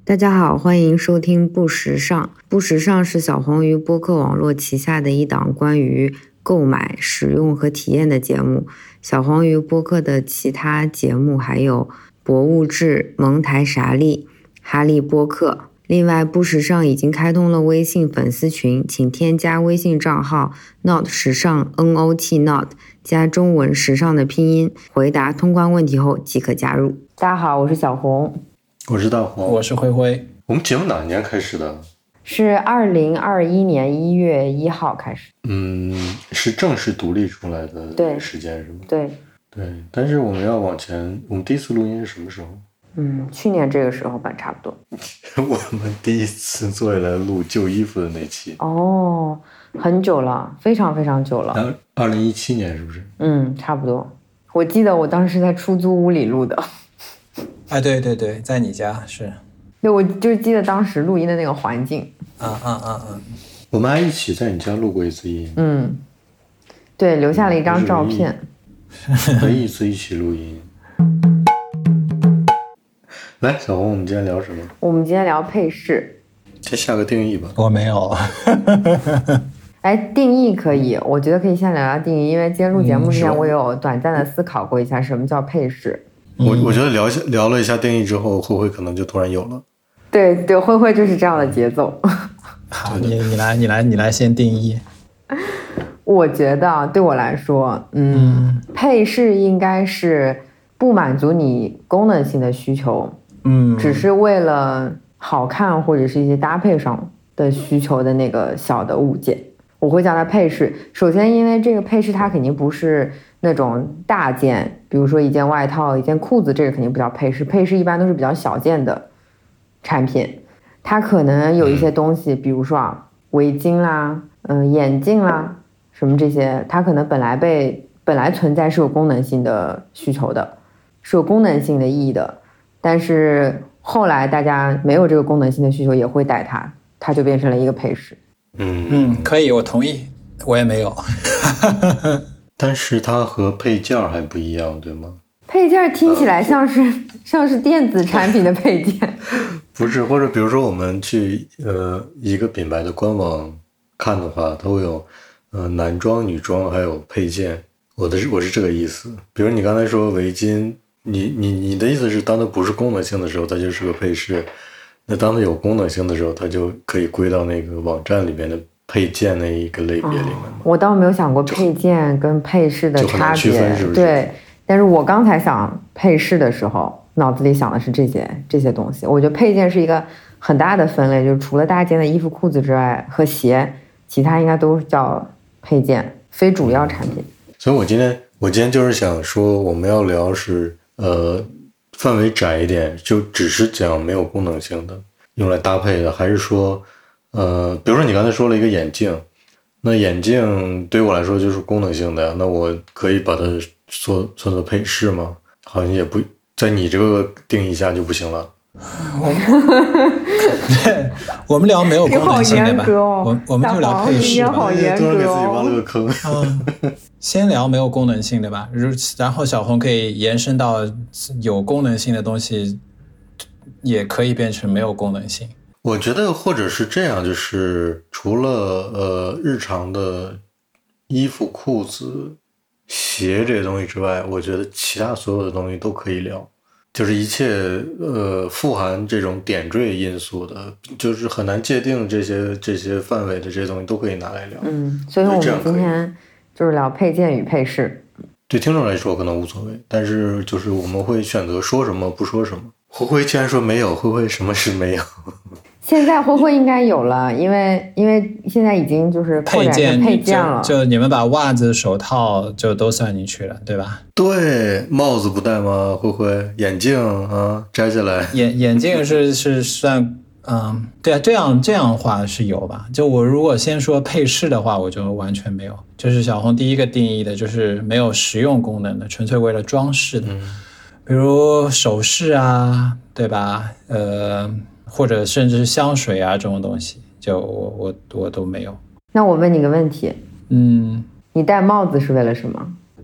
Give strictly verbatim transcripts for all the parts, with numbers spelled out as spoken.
大家好，欢迎收听不时尚。不时尚是小黄鱼播客网络旗下的一档关于购买、使用和体验的节目。小黄鱼播客的其他节目还有博物志、蒙台傻利、哈利播客。另外，不时尚已经开通了微信粉丝群，请添加微信账号 not 时尚 N O T not 加中文时尚的拼音，回答通关问题后即可加入。大家好，我是小红。 我是大黄， 我是灰灰。 我们节目哪年开始的？ 是二零二一年一月一号开始。 嗯，是正式独立出来的时间是吗？ 对对，但是我们要往前，我们第一次录音是什么时候？ 嗯，去年这个时候吧，差不多。 我们第一次坐下来录旧衣服的那期。 哦，很久了，非常非常久了。 二零一七年是不是？ 嗯，差不多。我记得我当时是在出租屋里录的。 哎，对对对，在你家是。 对，我就记得当时录音的那个环境。 啊啊啊啊！ 我们还一起在你家录过一次音。 嗯，对，留下了一张照片。 唯一一次一起录音。来，小红，我们今天聊什么？ 我们今天聊配饰。 先下个定义吧。 我没有。 哎，定义可以，我觉得可以先聊聊定义，因为今天录节目之前，我有短暂的思考过一下什么叫配饰。 我我觉得聊聊了一下定义之后，慧慧可能就突然有了。 对对，慧慧就是这样的节奏。 好，你你来你来你来先定义。 我觉得对我来说，嗯，嗯配饰应该是不满足你功能性的需求，嗯，只是为了好看或者是一些搭配上的需求的那个小的物件，我会叫它配饰。首先，因为这个配饰它肯定不是那种大件，比如说一件外套、一件裤子，这个肯定不叫配饰。配饰一般都是比较小件的产品，它可能有一些东西，比如说啊，围巾啦、嗯、呃、眼镜啦，什么这些，它可能本来被本来存在是有功能性的需求的，是有功能性的意义的，但是后来大家没有这个功能性的需求，也会戴它，它就变成了一个配饰。 嗯嗯，可以，我同意，我也没有。 但是它和配件还不一样，对吗？ 配件听起来像是、呃、像是电子产品的配件。 不是，或者比如说我们去呃一个品牌的官网看的话，它会有呃男装、女装还有配件。我的我是这个意思。比如你刚才说围巾，你你你的意思是当它不是功能性的时候，它就是个配饰。那当它有功能性的时候，它就可以归到那个网站里面的配件那一个类别里面、哦、 我倒没有想过配件跟配饰的差别， 区分是不是？ 对，但是我刚才想配饰的时候，脑子里想的是这些这些东西。我觉得配件是一个很大的分类，就是除了大件的衣服、裤子之外和鞋，其他应该都叫配件，非主要产品。 所以我今天我今天就是想说，我们要聊是呃范围窄一点，就只是讲没有功能性的用来搭配的，还是说呃比如说你刚才说了一个眼镜，那眼镜对我来说就是功能性的，那我可以把它做做做配饰吗？好像也不在你这个定义下就不行了。 对，我们聊没有功能性的吧？ 哦、 我我们就聊配饰吧。 好严格哦！ 突然给自己挖了个坑。 嗯，先聊没有功能性的吧，然后小红可以延伸到有功能性的东西，也可以变成没有功能性。 我觉得或者是这样，就是除了呃日常的衣服、裤子、鞋这些东西之外，我觉得其他所有的东西都可以聊。就是一切呃富含这种点缀因素的，就是很难界定这些这些范围的这些东西都可以拿来聊。 嗯，所以我们今天就是聊配件与配饰。 对听众来说可能无所谓，但是就是我们会选择说什么不说什么。灰灰既然说没有，灰灰什么是没有？ 现在灰灰应该有了，因为因为现在已经就是扩展成配件了， 就, 就你们把袜子、手套就都算进去了，对吧？ 对，帽子不戴吗？灰灰，眼镜啊，摘下来。 眼眼镜是是算，嗯，对啊，这样这样的话是有吧？就我如果先说配饰的话，我就完全没有。就是小红第一个定义的，就是没有实用功能的，纯粹为了装饰的，嗯、比如首饰啊，对吧？呃。或者甚至是香水啊这种东西，就我我我都没有。 那我问你个问题， 嗯， 你戴帽子是为了什么？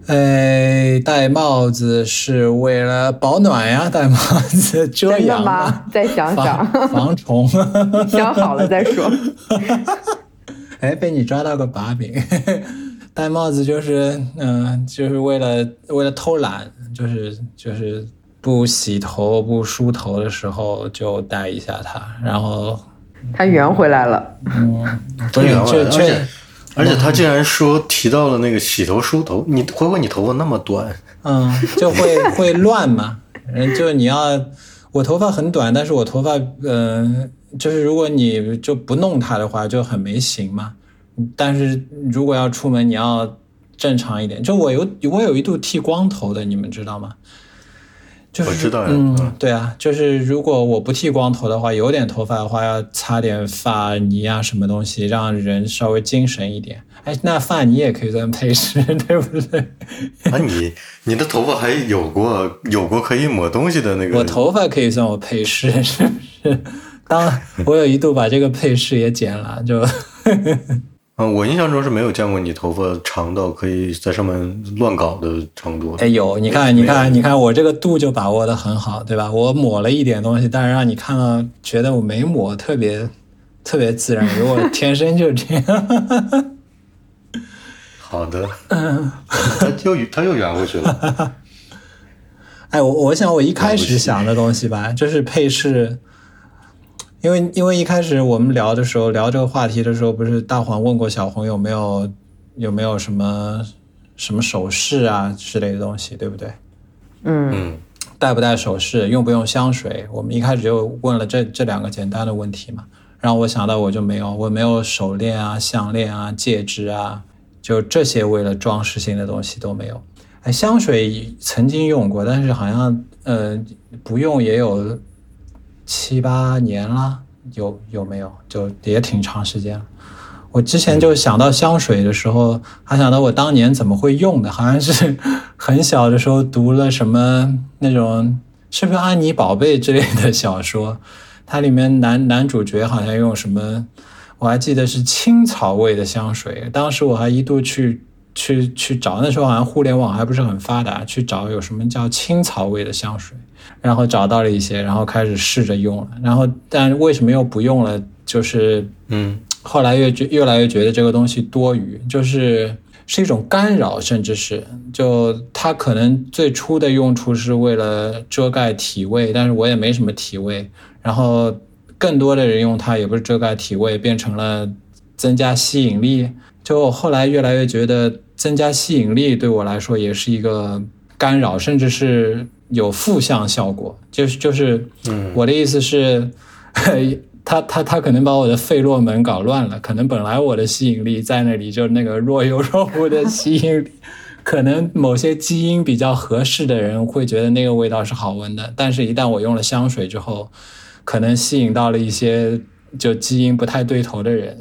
呃，戴帽子是为了保暖呀，戴帽子遮阳。真的吗？再想想。 防, 防虫。 想好了再说。 哎，被你抓到个把柄。戴帽子就是，嗯、呃，就是为了为了偷懒，就是就是不洗头不梳头的时候就戴一下它，然后它圆回来了。 嗯，不是， 而且而且他竟然说提到了那个洗头梳头，你会不会你头发那么短？ 嗯，就会会乱嘛。嗯，就你要我头发很短，但是我头发，嗯、呃，就是如果你就不弄它的话，就很没型嘛。但是如果要出门，你要正常一点。就我有我有一度剃光头的，你们知道吗？就是、 我知道呀。 嗯，对啊，就是如果我不剃光头的话，有点头发的话，要擦点发泥啊，什么东西，让人稍微精神一点。哎，那发泥也可以算配饰，对不对？ 啊，你你的头发还有过有过可以抹东西的那个？ 我头发可以算我配饰，是不是？当我有一度把这个配饰也剪了，就。 嗯，我印象中是没有见过你头发长到可以在上面乱搞的程度。 哎，有，你看，你看，你看，我这个度就把握得很好，对吧？我抹了一点东西，但是让你看到，觉得我没抹，特别特别自然。如果天生就这样。 好的，他又他又圆回去了。 哎，我我想我一开始想的东西吧，就是配饰。因为因为一开始我们聊的时候，聊这个话题的时候，不是大黄问过小红有没有有没有什么什么首饰啊之类的东西，对不对？ 嗯， 戴不戴首饰，用不用香水，我们一开始就问了这这两个简单的问题嘛。让我想到我就没有，我没有手链啊、项链啊、戒指啊，就这些为了装饰性的东西都没有。哎，香水曾经用过，但是好像呃不用也有七八年了，有有没有？就也挺长时间了。我之前就想到香水的时候，还想到我当年怎么会用的，好像是很小的时候读了什么那种是不是安妮宝贝之类的小说，它里面男男主角好像用什么，我还记得是青草味的香水。当时我还一度去去去找，那时候好像互联网还不是很发达，去找有什么叫青草味的香水。然后找到了一些，然后开始试着用了，然后但为什么又不用了？就是嗯，后来越觉越来越觉得这个东西多余，就是是一种干扰，甚至是就它可能最初的用处是为了遮盖体味，但是我也没什么体味，然后更多的人用它也不是遮盖体味，变成了增加吸引力。就后来越来越觉得增加吸引力对我来说也是一个干扰，甚至是有负向效果。就是就是我的意思是他他他可能把我的费洛蒙搞乱了，可能本来我的吸引力在那里，就那个若有若无的吸引力，可能某些基因比较合适的人会觉得那个味道是好闻的，但是一旦我用了香水之后，可能吸引到了一些就基因不太对头的人。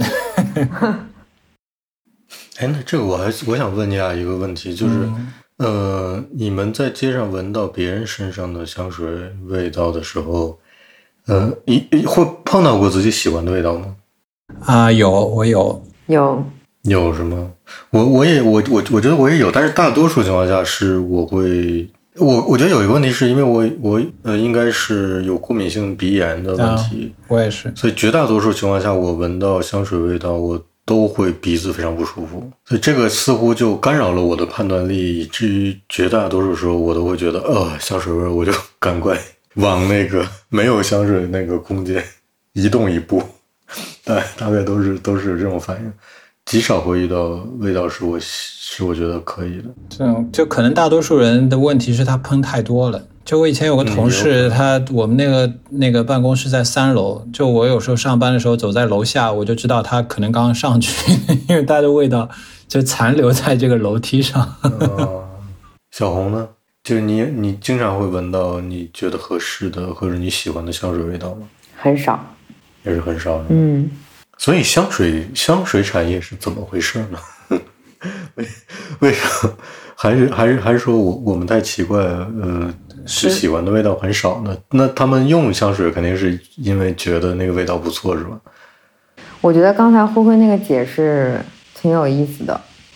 哎，那这个我还我想问你俩一个问题，就是、嗯、呃，你们在街上闻到别人身上的香水味道的时候，呃，你会碰到过自己喜欢的味道吗？ 啊，有，我有， 有， 有什么？我我也我我我觉得我也有，但是大多数情况下是我会，我我觉得有一个问题是因为我我呃应该是有过敏性鼻炎的问题、 啊，我也是， 所以绝大多数情况下我闻到香水味道我都会鼻子非常不舒服，所以这个似乎就干扰了我的判断力，以至于绝大多数时候我都会觉得呃香水味，我就赶快往那个没有香水那个空间移动一步。大大概都是都是这种反应，极少会遇到味道是我是我觉得可以的。 这种就可能大多数人的问题是他喷太多了。就我以前有个同事，嗯、他我们那个那个办公室在三楼，就我有时候上班的时候走在楼下，我就知道他可能刚刚上去，因为他的味道就残留在这个楼梯上。 呃、小红呢？就是你你经常会闻到你觉得合适的或者你喜欢的香水味道吗？ 很少。 也是很少的， 嗯， 所以香水香水产业是怎么回事呢？为为什么还是还是还是说我我们太奇怪了？呃，是喜欢的味道很少呢？那他们用香水肯定是因为觉得那个味道不错，是吧？ 我觉得刚才灰灰那个解释挺有意思的，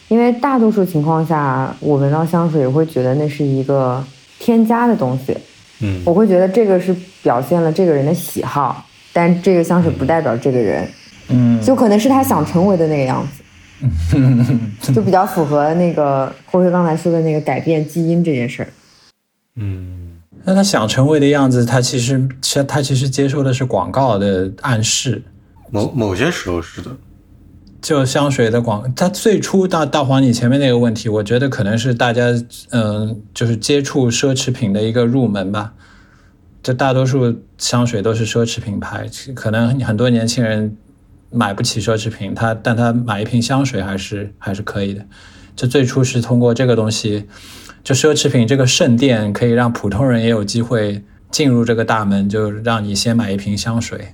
因为大多数情况下，我闻到香水也会觉得那是一个添加的东西。 嗯， 我会觉得这个是表现了这个人的喜好，但这个香水不代表这个人。 嗯， 就可能是他想成为的那个样子。就比较符合那个霍辉刚才说的那个改变基因这件事儿。 嗯， 那他想成为的样子，他其实他其实接受的是广告的暗示。 某某些时候是的。 就香水的广，它最初大大黄你前面那个问题，我觉得可能是大家嗯、呃，就是接触奢侈品的一个入门吧。就大多数香水都是奢侈品牌，可能很多年轻人买不起奢侈品，他但他买一瓶香水还是还是可以的。这最初是通过这个东西，就奢侈品这个圣殿可以让普通人也有机会进入这个大门，就让你先买一瓶香水。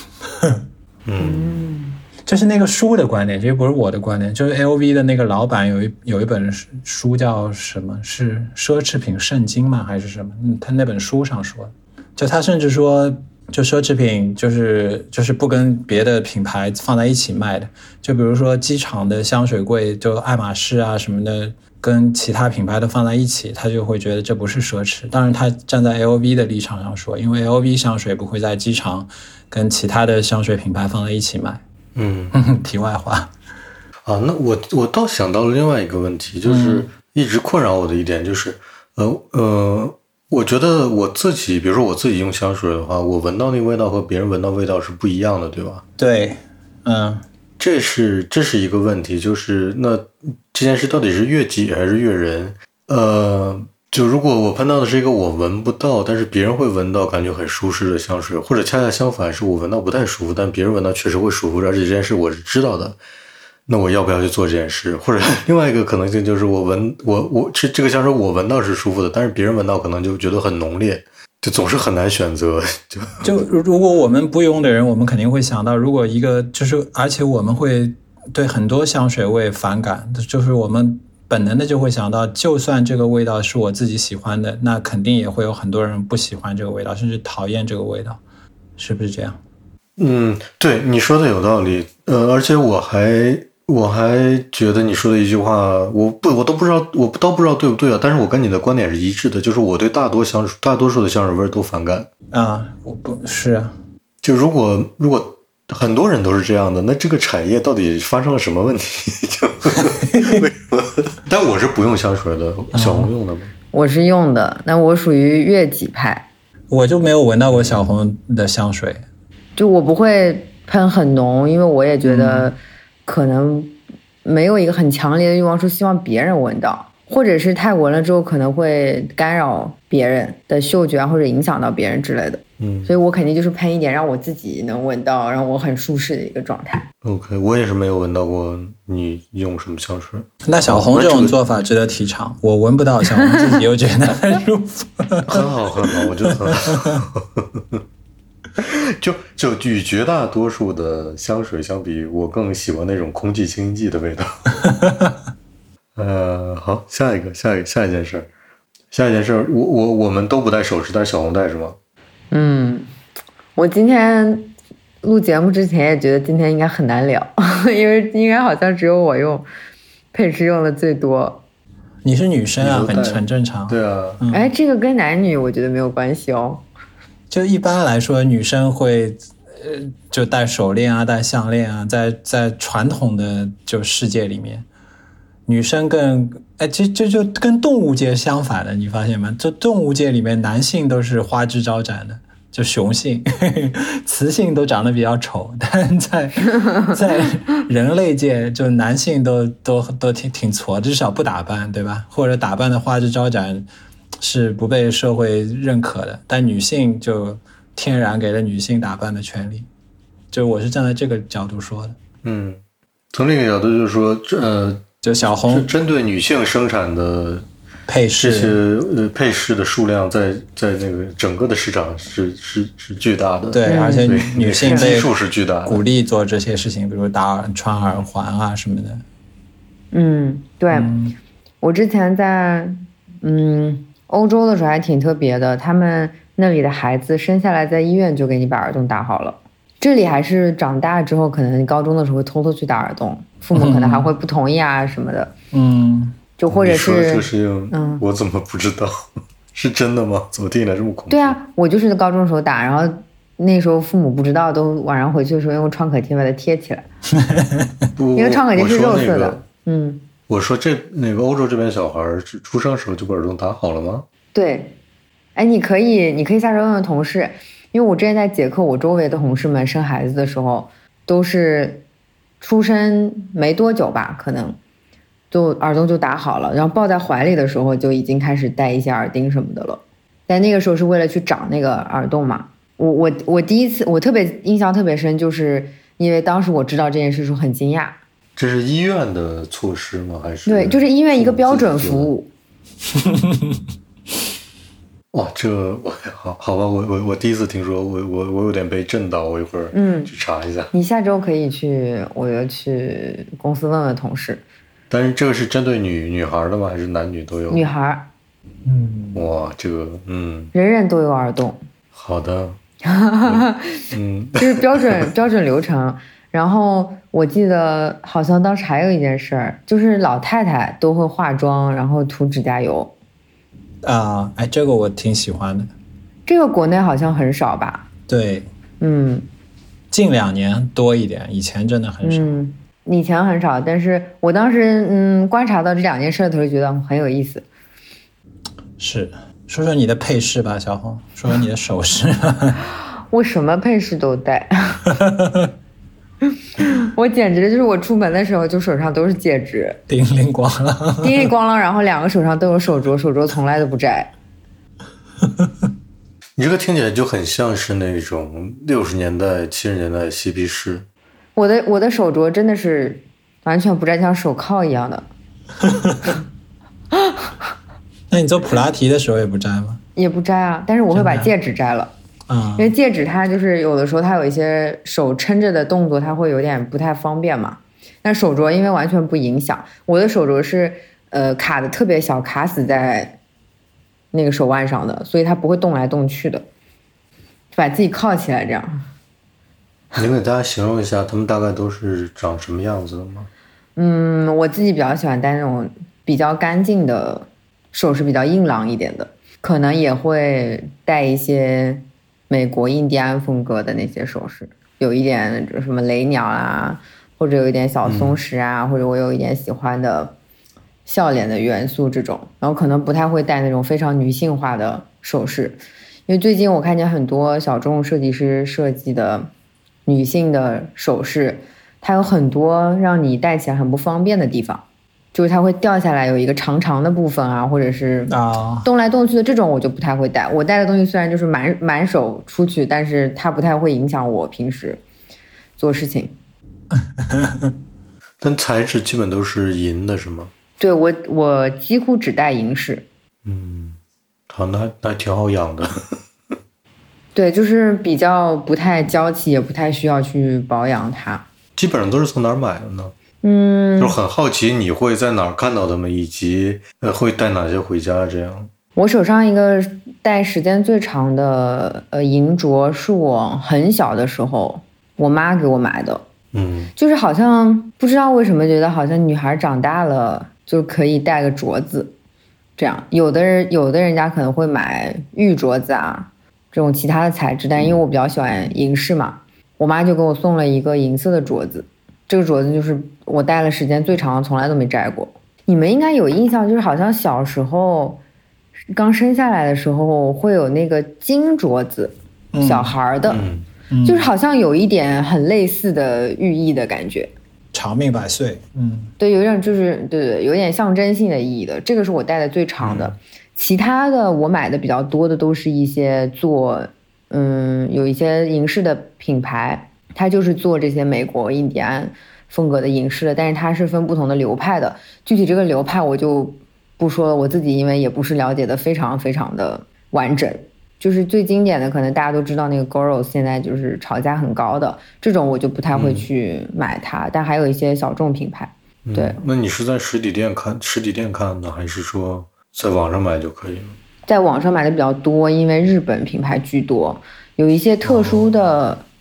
嗯， 这是那个书的观点，这不是我的观点。就是 L V 的那个老板有一有一本书叫什么？是奢侈品圣经吗？还是什么？嗯，他那本书上说的，就他甚至说，就奢侈品就是就是不跟别的品牌放在一起卖的。就比如说机场的香水柜，就爱马仕啊什么的，跟其他品牌都放在一起，他就会觉得这不是奢侈。当然，他站在 L V 的立场上说，因为 L V 香水不会在机场跟其他的香水品牌放在一起卖。 嗯， 题外话啊，那我我倒想到了另外一个问题，就是一直困扰我的一点就是，呃呃，我觉得我自己，比如说我自己用香水的话，我闻到那个味道和别人闻到味道是不一样的，对吧？ 对，嗯， 这是这是一个问题，就是那这件事到底是悦己还是悦人？呃。就如果我喷到的是一个我闻不到，但是别人会闻到感觉很舒适的香水，或者恰恰相反是我闻到不太舒服，但别人闻到确实会舒服，而且这件事我是知道的，那我要不要去做这件事？或者另外一个可能性就是我闻我我这这个香水我闻到是舒服的，但是别人闻到可能就觉得很浓烈，就总是很难选择。就就如果我们不用的人，我们肯定会想到，如果一个就是而且我们会对很多香水味反感，就是我们本能的就会想到，就算这个味道是我自己喜欢的，那肯定也会有很多人不喜欢这个味道，甚至讨厌这个味道，是不是这样？ 嗯，对，你说的有道理。呃，而且我还我还觉得你说的一句话，我不我都不知道，我都不知道对不对啊。但是我跟你的观点是一致的，就是我对大多香大多数的香水味都反感啊。我不是啊， 就如果如果。很多人都是这样的，那这个产业到底发生了什么问题？就为什么？但我是不用香水的，小红用的吗？ 我是用的，那我属于悦己派。 我就没有闻到过小红的香水， 就我不会喷很浓，因为我也觉得可能没有一个很强烈的欲望说希望别人闻到，或者是太闻了之后可能会干扰别人的嗅觉啊，或者影响到别人之类的。嗯，所以我肯定就是喷一点让我自己能闻到，让我很舒适的一个状态。 OK， 我也是没有闻到过你用什么香水。 那小红这种做法值得提倡，我闻不到，小红自己又觉得很舒服。 很好很好，我觉得很好。就就与绝大多数的香水相比，我更喜欢那种空气清新剂的味道。呃，好，下一个，下一个，下一件事，下一件事，我我我们都不戴首饰，但是小红戴是吗？ 嗯，我今天录节目之前也觉得今天应该很难聊，因为应该好像只有我用佩饰用的最多。 你是女生啊，很很正常。 对啊， 嗯、哎，这个跟男女我觉得没有关系哦。 就一般来说，女生会呃就戴手链啊，戴项链啊，在在传统的就世界里面，女生更哎，这这就跟动物界相反的，你发现吗？就动物界里面，男性都是花枝招展的，就雄性，呵呵雌性都长得比较丑，但在在人类界，就男性都都都挺挺矬，至少不打扮，对吧？或者打扮的花枝招展是不被社会认可的，但女性就天然给了女性打扮的权利，就我是站在这个角度说的。 嗯，从另一个角度就是说，呃。 就小红针对女性生产的配饰， 这些呃配饰的数量在在那个整个的市场是是是巨大的， 对，而且女性被基数是巨大的， 鼓励做这些事情，比如打耳穿耳环啊什么的。 嗯，对，嗯、我之前在嗯欧洲的时候还挺特别的，他们那里的孩子生下来在医院就给你把耳洞打好了。 这里还是长大之后，可能高中的时候会偷偷去打耳洞，父母可能还会不同意啊什么的。 嗯， 就或者是你说这个事情，嗯，我怎么不知道？是真的吗？怎么听起来这么恐怖？ 对啊，我就是高中的时候打，然后那时候父母不知道，都晚上回去的时候用创可贴把它贴起来。因为创可贴是肉色的。 那个、 嗯， 我说这那个欧洲这边小孩出生时候就把耳洞打好了吗？ 对，哎，你可以，你可以下周问问同事，因为我之前在捷克，我周围的同事们生孩子的时候都是出生没多久吧，可能就耳洞就打好了，然后抱在怀里的时候就已经开始戴一些耳钉什么的了。但那个时候是为了去长那个耳洞嘛。我我我第一次我特别印象特别深，就是因为当时我知道这件事时候很惊讶。 这是医院的措施吗？还是？ 对，就是医院一个标准服务。 哇，这我好好吧，我我我第一次听说，我我我有点被震到，我一会儿嗯去查一下。 你下周可以去，我要去公司问问同事。 但是这个是针对女女孩的吗？还是男女都有？ 女孩。 嗯， 哇，这个嗯， 人人都有耳洞。 好的。 嗯，就是标准标准流程。然后我记得好像当时还有一件事儿，就是老太太都会化妆，然后涂指甲油。 啊，哎，这个我挺喜欢的。 这个国内好像很少吧？ 对， 嗯， 近两年多一点，以前真的很少。 嗯，以前很少，但是我当时嗯观察到这两件事的时候，觉得很有意思。 是，说说你的配饰吧，小红，说说你的首饰。 我什么配饰都戴。我简直就是我出门的时候就手上都是戒指， 叮铃咣啷， 叮铃咣啷，然后两个手上都有手镯，手镯从来都不摘。 你这个听起来就很像是那种六十年代、七十年代嬉皮士。 我的我的手镯真的是完全不摘，像手铐一样的。 那你做普拉提的时候也不摘吗？ 也不摘啊，但是我会把戒指摘了。 嗯， 因为戒指它就是有的时候它有一些手撑着的动作，它会有点不太方便嘛。但手镯因为完全不影响，我的手镯是呃卡的特别小，卡死在那个手腕上的，所以它不会动来动去的，把自己铐起来这样。 你给大家形容一下，他们大概都是长什么样子的吗？ 嗯，我自己比较喜欢戴那种比较干净的首饰，比较硬朗一点的，可能也会戴一些美国印第安风格的那些首饰，有一点什么雷鸟啊，或者有一点小松石啊、嗯、或者我有一点喜欢的笑脸的元素这种，然后可能不太会戴那种非常女性化的首饰，因为最近我看见很多小众设计师设计的女性的首饰，它有很多让你戴起来很不方便的地方，就是它会掉下来有一个长长的部分啊，或者是动来动去的这种我就不太会戴。我戴的东西虽然就是满满手出去，但是它不太会影响我平时做事情。 但材质基本都是银的是吗？ 对，我我几乎只戴银饰。 嗯，好，那那挺好养的。 对，就是比较不太娇气，也不太需要去保养它。 基本上都是从哪儿买的呢？ 嗯， 就很好奇你会在哪儿看到它们，以及呃会带哪些回家这样。 我手上一个戴时间最长的呃银镯是我很小的时候我妈给我买的。 嗯， 就是好像不知道为什么觉得好像女孩长大了就可以戴个镯子，这样有的人有的人家可能会买玉镯子啊这种其他的材质，但因为我比较喜欢银饰嘛，我妈就给我送了一个银色的镯子。这个镯子就是我戴了时间最长，从来都没摘过。你们应该有印象，就是好像小时候刚生下来的时候会有那个金镯子，嗯、小孩的、 嗯嗯，就是好像有一点很类似的寓意的感觉， 长命百岁。嗯， 对，有点就是对对，有点象征性的意义的。这个是我戴的最长的，嗯、其他的我买的比较多的都是一些做嗯有一些银饰的品牌。它就是做这些美国印第安风格的银饰的，但是它是分不同的流派的，具体这个流派我就不说了，我自己因为也不是了解的非常非常的完整。就是最经典的可能大家都知道那个 Goros 现在就是炒价很高的这种我就不太会去买它、嗯、但还有一些小众品牌。对、嗯、 那你是在实体店看实体店看的，还是说在网上买就可以了？ 在网上买的比较多，因为日本品牌居多，有一些特殊的、哦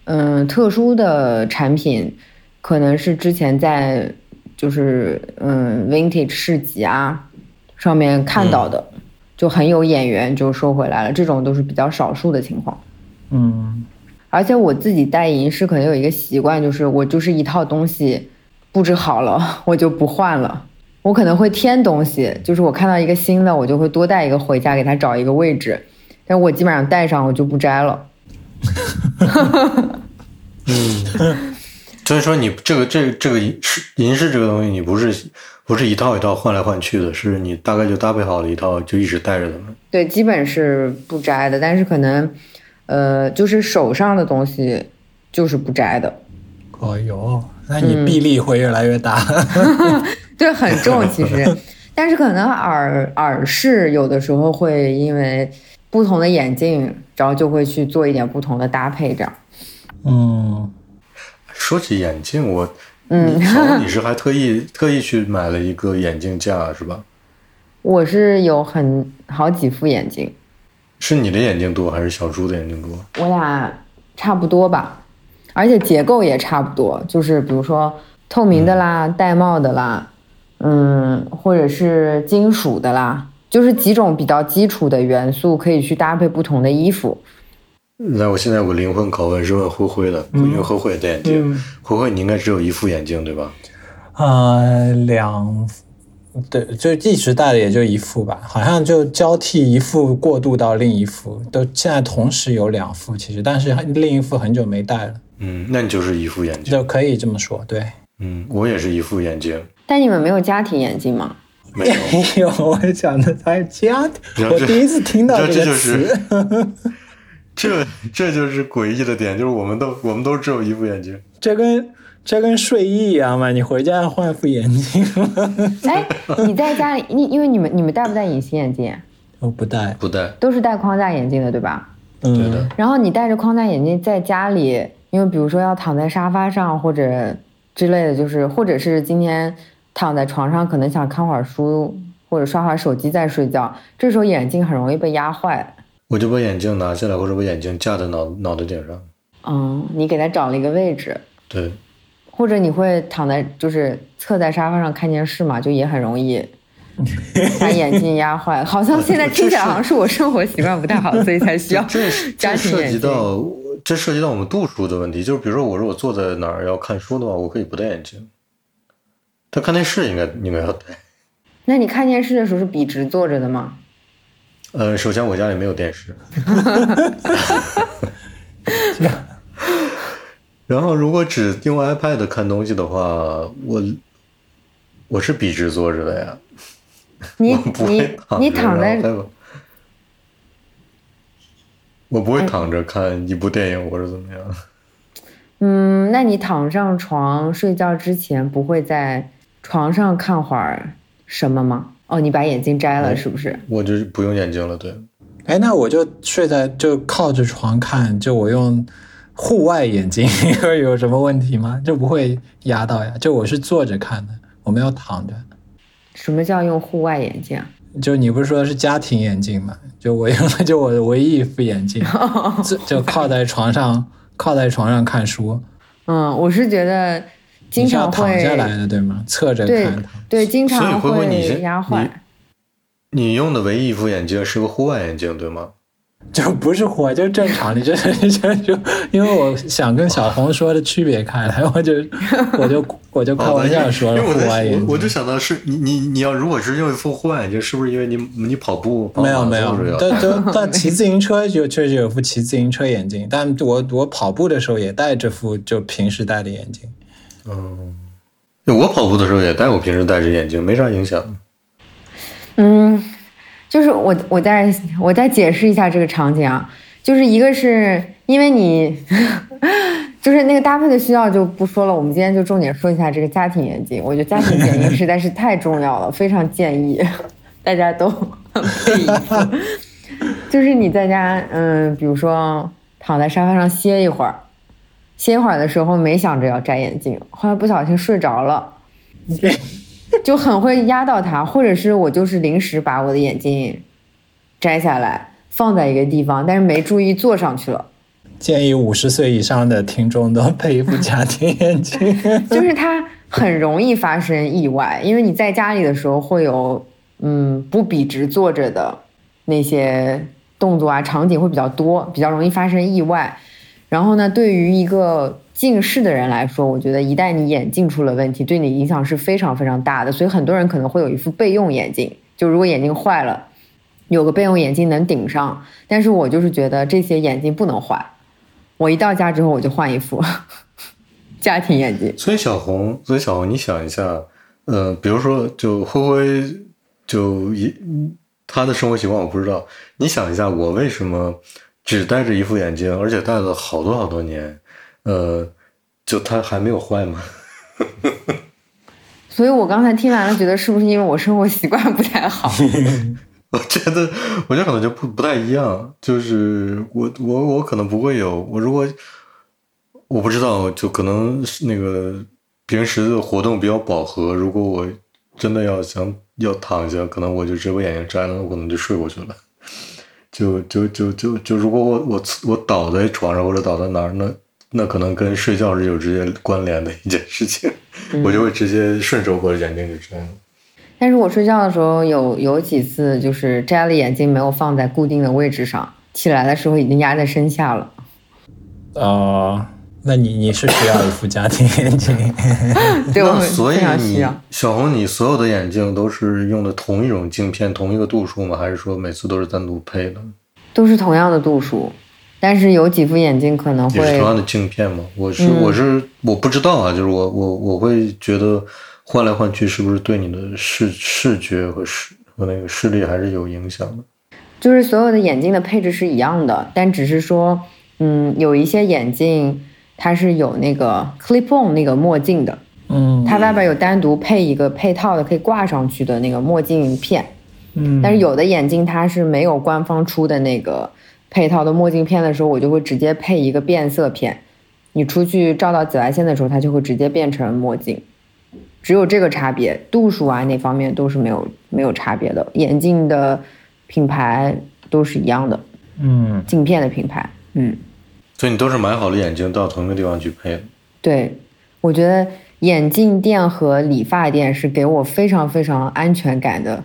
嗯特殊的产品，可能是之前在就是嗯 vintage 市集啊上面看到的，嗯、就很有眼缘就收回来了，这种都是比较少数的情况。 嗯， 而且我自己带银饰可能有一个习惯，就是我就是一套东西布置好了我就不换了，我可能会添东西，就是我看到一个新的我就会多带一个回家给它找一个位置，但我基本上带上我就不摘了。 嗯，所以说你这个这个这个银饰这个东西，你不是不是一套一套换来换去的，是你大概就搭配好了一套就一直带着的吗？ 对，基本是不摘的，但是可能呃就是手上的东西就是不摘的。 哦哟，那你臂力会越来越大。 嗯、对，很重其实。但是可能耳耳饰有的时候会因为不同的眼镜，然后就会去做一点不同的搭配这样。 嗯， 说起眼镜，我嗯， 你你是还特意特意去买了一个眼镜架是吧？ 我是有很好几副眼镜。 是你的眼镜多还是小猪的眼镜多？ 我俩差不多吧，而且结构也差不多，就是比如说透明的啦、玳瑁的啦，嗯，或者是金属的啦，就是几种比较基础的元素可以去搭配不同的衣服。 那我现在有个灵魂拷问是问灰灰的，嗯、因为灰灰也戴眼镜，嗯、灰灰你应该只有一副眼镜对吧？ 呃，两，对，就一直戴的也就一副吧，好像就交替一副过渡到另一副，都现在同时有两副其实，但是另一副很久没戴了。 嗯，那你就是一副眼镜， 就可以这么说，对。 嗯，我也是一副眼镜。 但你们没有家庭眼镜吗？ 没有， 没有，我想的才家庭，我第一次听到这个词。 这这就是诡异的点，就是我们都我们都只有一副眼镜。 这跟这跟睡衣一样嘛，你回家换副眼镜。 哎，你在家里，你因为你们你们戴不戴隐形眼镜？ 我不戴， 不戴， 都是戴框架眼镜的，对吧？ 嗯， 对的。 然后你戴着框架眼镜在家里，因为比如说要躺在沙发上或者之类的，就是或者是今天躺在床上，可能想看会儿书或者刷会儿手机再睡觉，这时候眼镜很容易被压坏。 我就把眼镜拿下来，或者把眼镜架在脑脑袋顶上。 嗯，你给它找了一个位置。 对。 或者你会躺在就是侧在沙发上看电视嘛，就也很容易把眼镜压坏。好像现在听起来好像是我生活习惯不太好，所以才需要家庭眼镜。 这涉及到这涉及到我们度数的问题，就是比如说我如果坐在哪儿要看书的话，我可以不戴眼镜。但看电视应该应该要戴。那你看电视的时候是笔直坐着的吗？ 呃，首先我家里没有电视。然后如果只用 iPad 看东西的话，我我是笔直坐着的呀。 你我不会躺着你你躺在， 我不会躺着看一部电影或者怎么样。 嗯，那你躺上床睡觉之前不会在床上看会儿什么吗？哦，你把眼镜摘了是不是？ 我就不用眼镜了，对。 哎，那我就睡在就靠着床看，就我用户外眼镜有什么问题吗？就不会压到呀？就我是坐着看的，我没有躺着。 什么叫用户外眼镜？ 就你不是说是家庭眼镜吗？就我用的就我的唯一一副眼镜，就就靠在床上靠在床上看书。 嗯，我是觉得经常会躺下来的，对吗？侧着看。 对，对，经常会压坏。 你, 你用的唯一一副眼镜是个户外眼镜，对吗？ 就不是户外，就正常。你这就因为我想跟小红说的区别开来，我就我就我就开玩笑说了户外眼镜。 我就想到是你你你要如果是用一副户外眼镜，是不是因为你你跑步？ 没有没有，但就但骑自行车就确实有副骑自行车眼镜，但我我跑步的时候也戴这副就平时戴的眼镜。 嗯，我跑步的时候也戴我平时戴着眼镜，没啥影响。 嗯。就是我我再我再解释一下这个场景啊，就是一个是因为你就是那个搭配的需要就不说了，我们今天就重点说一下这个家庭眼镜。我觉得家庭眼镜实在是太重要了，非常建议大家都配一副。就是你在家嗯，比如说躺在沙发上歇一会儿，歇一会儿的时候没想着要摘眼镜，后来不小心睡着了。就很会压到它，或者是我就是临时把我的眼镜摘下来放在一个地方，但是没注意坐上去了， 建议五十岁以上的听众都配一副家庭眼镜。 就是它很容易发生意外，因为你在家里的时候会有嗯不笔直坐着的那些动作啊，场景会比较多，比较容易发生意外。然后呢，对于一个近视的人来说，我觉得一旦你眼镜出了问题，对你影响是非常非常大的。所以很多人可能会有一副备用眼镜，就如果眼镜坏了，有个备用眼镜能顶上。但是我就是觉得这些眼镜不能换，我一到家之后我就换一副家庭眼镜。 所以小红，所以小红，你想一下，呃，比如说就灰灰，就一他的生活习惯我不知道，你想一下，我为什么只戴着一副眼镜，而且戴了好多好多年，呃，就它还没有坏吗？ 所以我刚才听完了，觉得是不是因为我生活习惯不太好？ 我觉得，我觉得可能就不不太一样。就是我我我可能不会有，我如果我不知道，就可能那个平时的活动比较饱和。如果我真的要想要躺下，可能我就直接把眼睛摘了，我可能就睡过去了。就就就就就如果我我我倒在床上或者倒在哪儿，那那可能跟睡觉是有直接关联的一件事情，嗯、我就会直接顺手把眼镜给摘了。 但是我睡觉的时候有有几次就是摘了眼镜没有放在固定的位置上，起来的时候已经压在身下了。 哦、呃，那你你是需要一副家庭眼镜？ 对，我所以你小红，你所有的眼镜都是用的同一种镜片、同一个度数吗？还是说每次都是单独配的？ 都是同样的度数，但是有几副眼镜可能会也是同样的镜片吗？我是、嗯、我是我不知道啊，就是我我我会觉得换来换去是不是对你的视视觉和视和那个视力还是有影响的？ 就是所有的眼镜的配置是一样的，但只是说，嗯，有一些眼镜它是有那个 clip-on 那个墨镜的， 嗯， 它外边有单独配一个配套的可以挂上去的那个墨镜片。 嗯， 但是有的眼镜它是没有官方出的那个配套的墨镜片的时候，我就会直接配一个变色片，你出去照到紫外线的时候它就会直接变成墨镜，只有这个差别，度数啊那方面都是没有没有差别的，眼镜的品牌都是一样的， 嗯， 镜片的品牌，嗯， 所以你都是买好了眼镜到同一个地方去配的？ 对，我觉得眼镜店和理发店是给我非常非常安全感的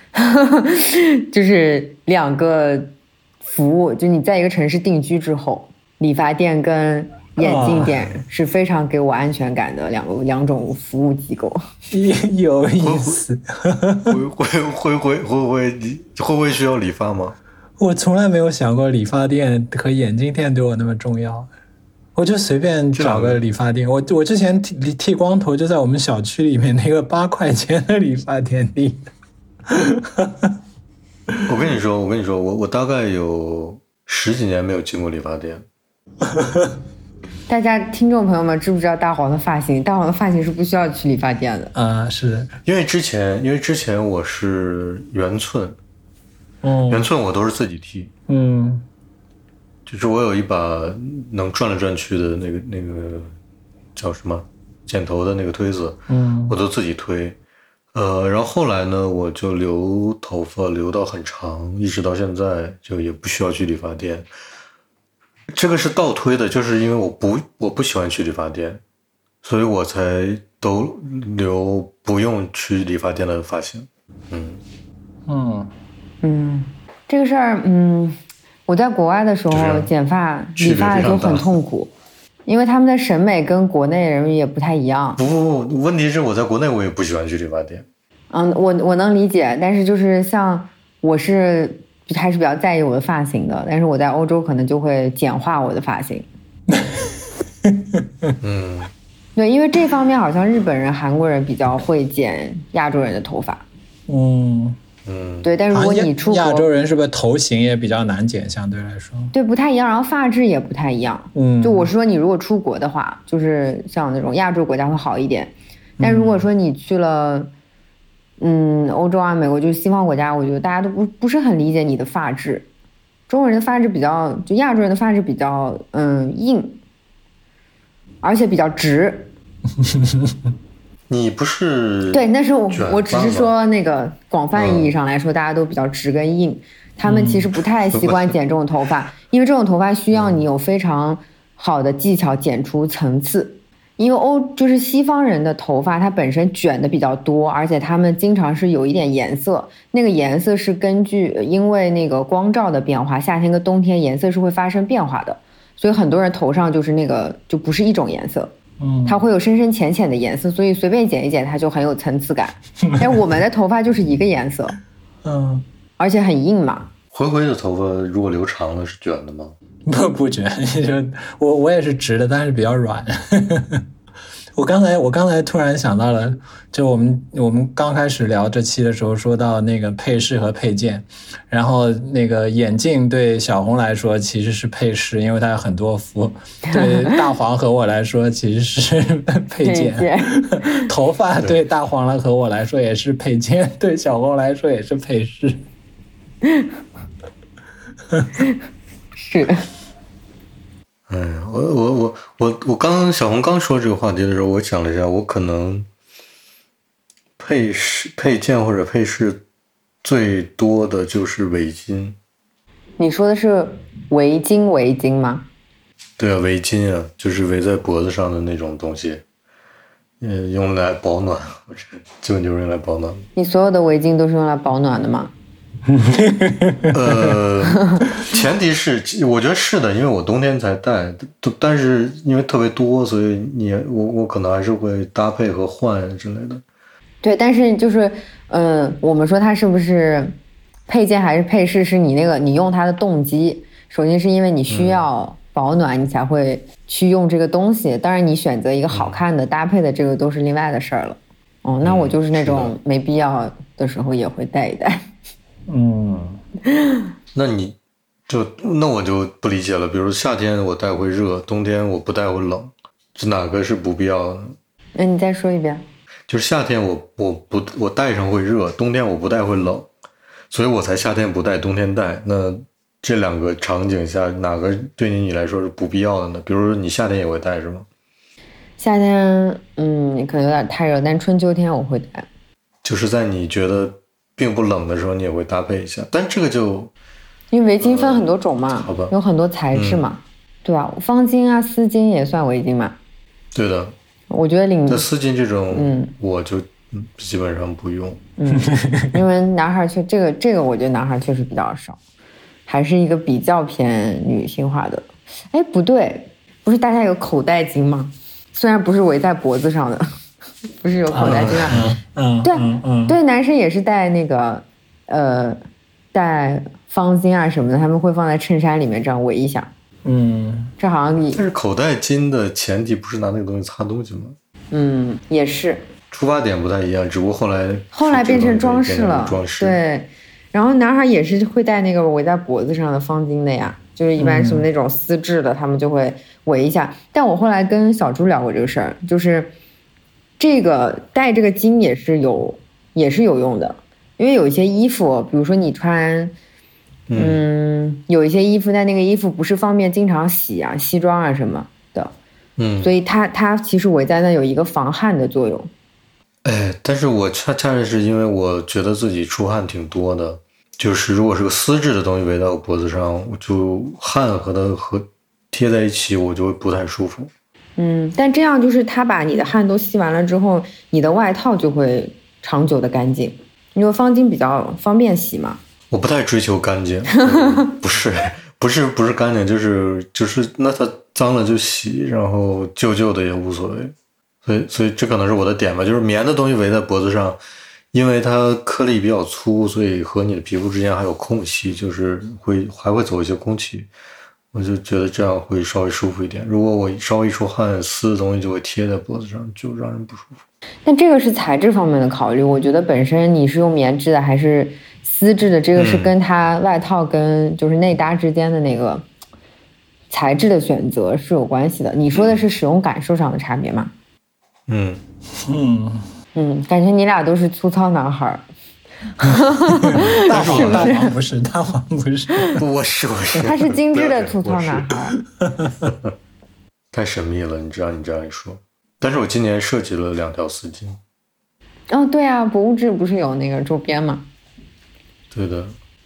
就是两个服务，就你在一个城市定居之后，理发店跟眼镜店是非常给我安全感的两个两种服务机构。 有意思。 会会会会会会会会不会需要理发吗？ 我从来没有想过理发店和眼镜店对我那么重要，我就随便找个理发店。我我之前剃剃光头就在我们小区里面那个八块钱的理发店剃。 我跟你说，我跟你说，我我大概有十几年没有进过理发店。 大家听众朋友们知不知道大黄的发型？大黄的发型是不需要去理发店的啊，是因为之前因为之前我是圆寸，嗯，圆寸我都是自己剃， 嗯， 就是我有一把能转来转去的那个那个叫什么剪头的那个推子， 嗯， 我都自己推。呃，然后后来呢，我就留头发留到很长，一直到现在就也不需要去理发店。这个是倒推的，就是因为我不我不喜欢去理发店，所以我才都留不用去理发店的发型。嗯嗯嗯，这个事儿，嗯，我在国外的时候剪发理发就很痛苦。因为他们的审美跟国内人也不太一样。 不不不，问题是我在国内我也不喜欢去理发店。 嗯，我我能理解，但是就是像我是还是比较在意我的发型的，但是我在欧洲可能就会简化我的发型。 嗯， 对，因为这方面好像日本人、韩国人比较会剪亚洲人的头发。 嗯。 嗯， 对，但是如果你出国， 亚洲人是不是头型也比较难剪？相对来说， 对，不太一样，然后发质也不太一样。 嗯， 就我说，你如果出国的话，就是像那种亚洲国家会好一点，但如果说你去了，嗯，欧洲啊、美国，就是西方国家，我觉得大家都不不是很理解你的发质。中国人的发质比较，就亚洲人的发质比较，嗯，硬，而且比较直。 你不是对，但是我我只是说那个广泛意义上来说，大家都比较直跟硬， 他们其实不太习惯剪这种头发，因为这种头发需要你有非常好的技巧剪出层次。因为欧就是西方人的头发，它本身卷的比较多，而且他们经常是有一点颜色，那个颜色是根据因为那个光照的变化，夏天跟冬天颜色是会发生变化的，所以很多人头上就是那个就不是一种颜色，嗯，它会有深深浅浅的颜色，所以随便剪一剪它就很有层次感。但我们的头发就是一个颜色，嗯，而且很硬嘛。 灰灰的头发如果留长了是卷的吗？ 不不卷，我我也是直的，但是比较软。我刚才我刚才突然想到了，就我们我们刚开始聊这期的时候说到那个配饰和配件，然后那个眼镜对小红来说其实是配饰，因为它有很多副；对大黄和我来说其实是配件。配件头发对大黄来和我来说也是配件，对小红来说也是配饰。 是。 哎，我我我我我刚小红刚说这个话题的时候，我想了一下，我可能配饰配件或者配饰最多的就是围巾。 你说的是围巾围巾吗？ 对啊，围巾啊，就是围在脖子上的那种东西，嗯，用来保暖，就就是用来保暖。 你所有的围巾都是用来保暖的吗？ 呃，前提是我觉得是的，因为我冬天才戴，但是因为特别多，所以你我我可能还是会搭配和换之类的。 对，但是就是嗯、呃，我们说它是不是配件还是配饰，是你那个你用它的动机，首先是因为你需要保暖，你才会去用这个东西。当然，你选择一个好看的搭配的，这个都是另外的事儿了。哦，那我就是那种没必要的时候也会戴一戴。 嗯， 那你就那我就不理解了。比如夏天我戴会热，冬天我不戴会冷，这哪个是不必要的？ 那你再说一遍。 就是夏天我我不我戴上会热，冬天我不戴会冷，所以我才夏天不戴，冬天戴。那这两个场景下，哪个对你来说是不必要的呢？比如说你夏天也会戴是吗？ 夏天，嗯，可能有点太热，但春秋天我会戴。 就是在你觉得并不冷的时候，你也会搭配一下。但这个就因为围巾分很多种嘛，呃、 好吧， 有很多材质嘛，嗯、对吧？方巾啊、丝巾也算围巾嘛。 对的， 我觉得领那丝巾这种，嗯，我就基本上不用。 嗯，因为男孩确这个这个，我觉得男孩确实比较少，还是一个比较偏女性化的。哎，不对，不是大家有口袋巾吗？虽然不是围在脖子上的。不是有口袋巾啊？嗯，对，嗯，对，男生也是带那个，呃，带方巾啊什么的，他们会放在衬衫里面这样围一下。嗯，这好像你。 但是口袋巾的前提不是拿那个东西擦东西吗？ 嗯，也是。 出发点不太一样，只不过后来后来变成装饰了。 装饰。 对，然后男孩也是会带那个围在脖子上的方巾的呀，就是一般什么那种丝质的，嗯、他们就会围一下。但我后来跟小朱聊过这个事儿，就是。这个带这个巾也是有也是有用的，因为有一些衣服，比如说你穿，嗯，嗯有一些衣服，但那个衣服不是方便经常洗啊，西装啊什么的，嗯，所以它它其实围在那有一个防汗的作用。 哎，但是我恰恰是因为我觉得自己出汗挺多的，就是如果是个丝质的东西围到脖子上，我就汗和它和贴在一起，我就会不太舒服。 嗯，但这样就是他把你的汗都吸完了之后，你的外套就会长久的干净，因为方巾比较方便洗嘛。 我不太追求干净，不是不是不是干净，就是就是那它脏了就洗，然后旧旧的也无所谓。所以所以这可能是我的点吧，就是棉的东西围在脖子上，因为它颗粒比较粗，所以和你的皮肤之间还有空隙，就是会还会走一些空气。我就觉得这样会稍微舒服一点。如果我稍微一出汗，丝的东西就会贴在脖子上，就让人不舒服。 但这个是材质方面的考虑，我觉得本身你是用棉质的还是丝质的，这个是跟它外套跟就是内搭之间的那个材质的选择是有关系的。你说的是使用感受上的差别吗？ 嗯嗯嗯，感觉你俩都是粗糙男孩。 大黄大黄不是，大黄不是， 我是我是， 他是精致的粗糙男孩。 太神秘了，你知道你这样一说。但是我今年设计了两条丝巾。 哦，对啊，博物志不是有那个周边吗？ 对的，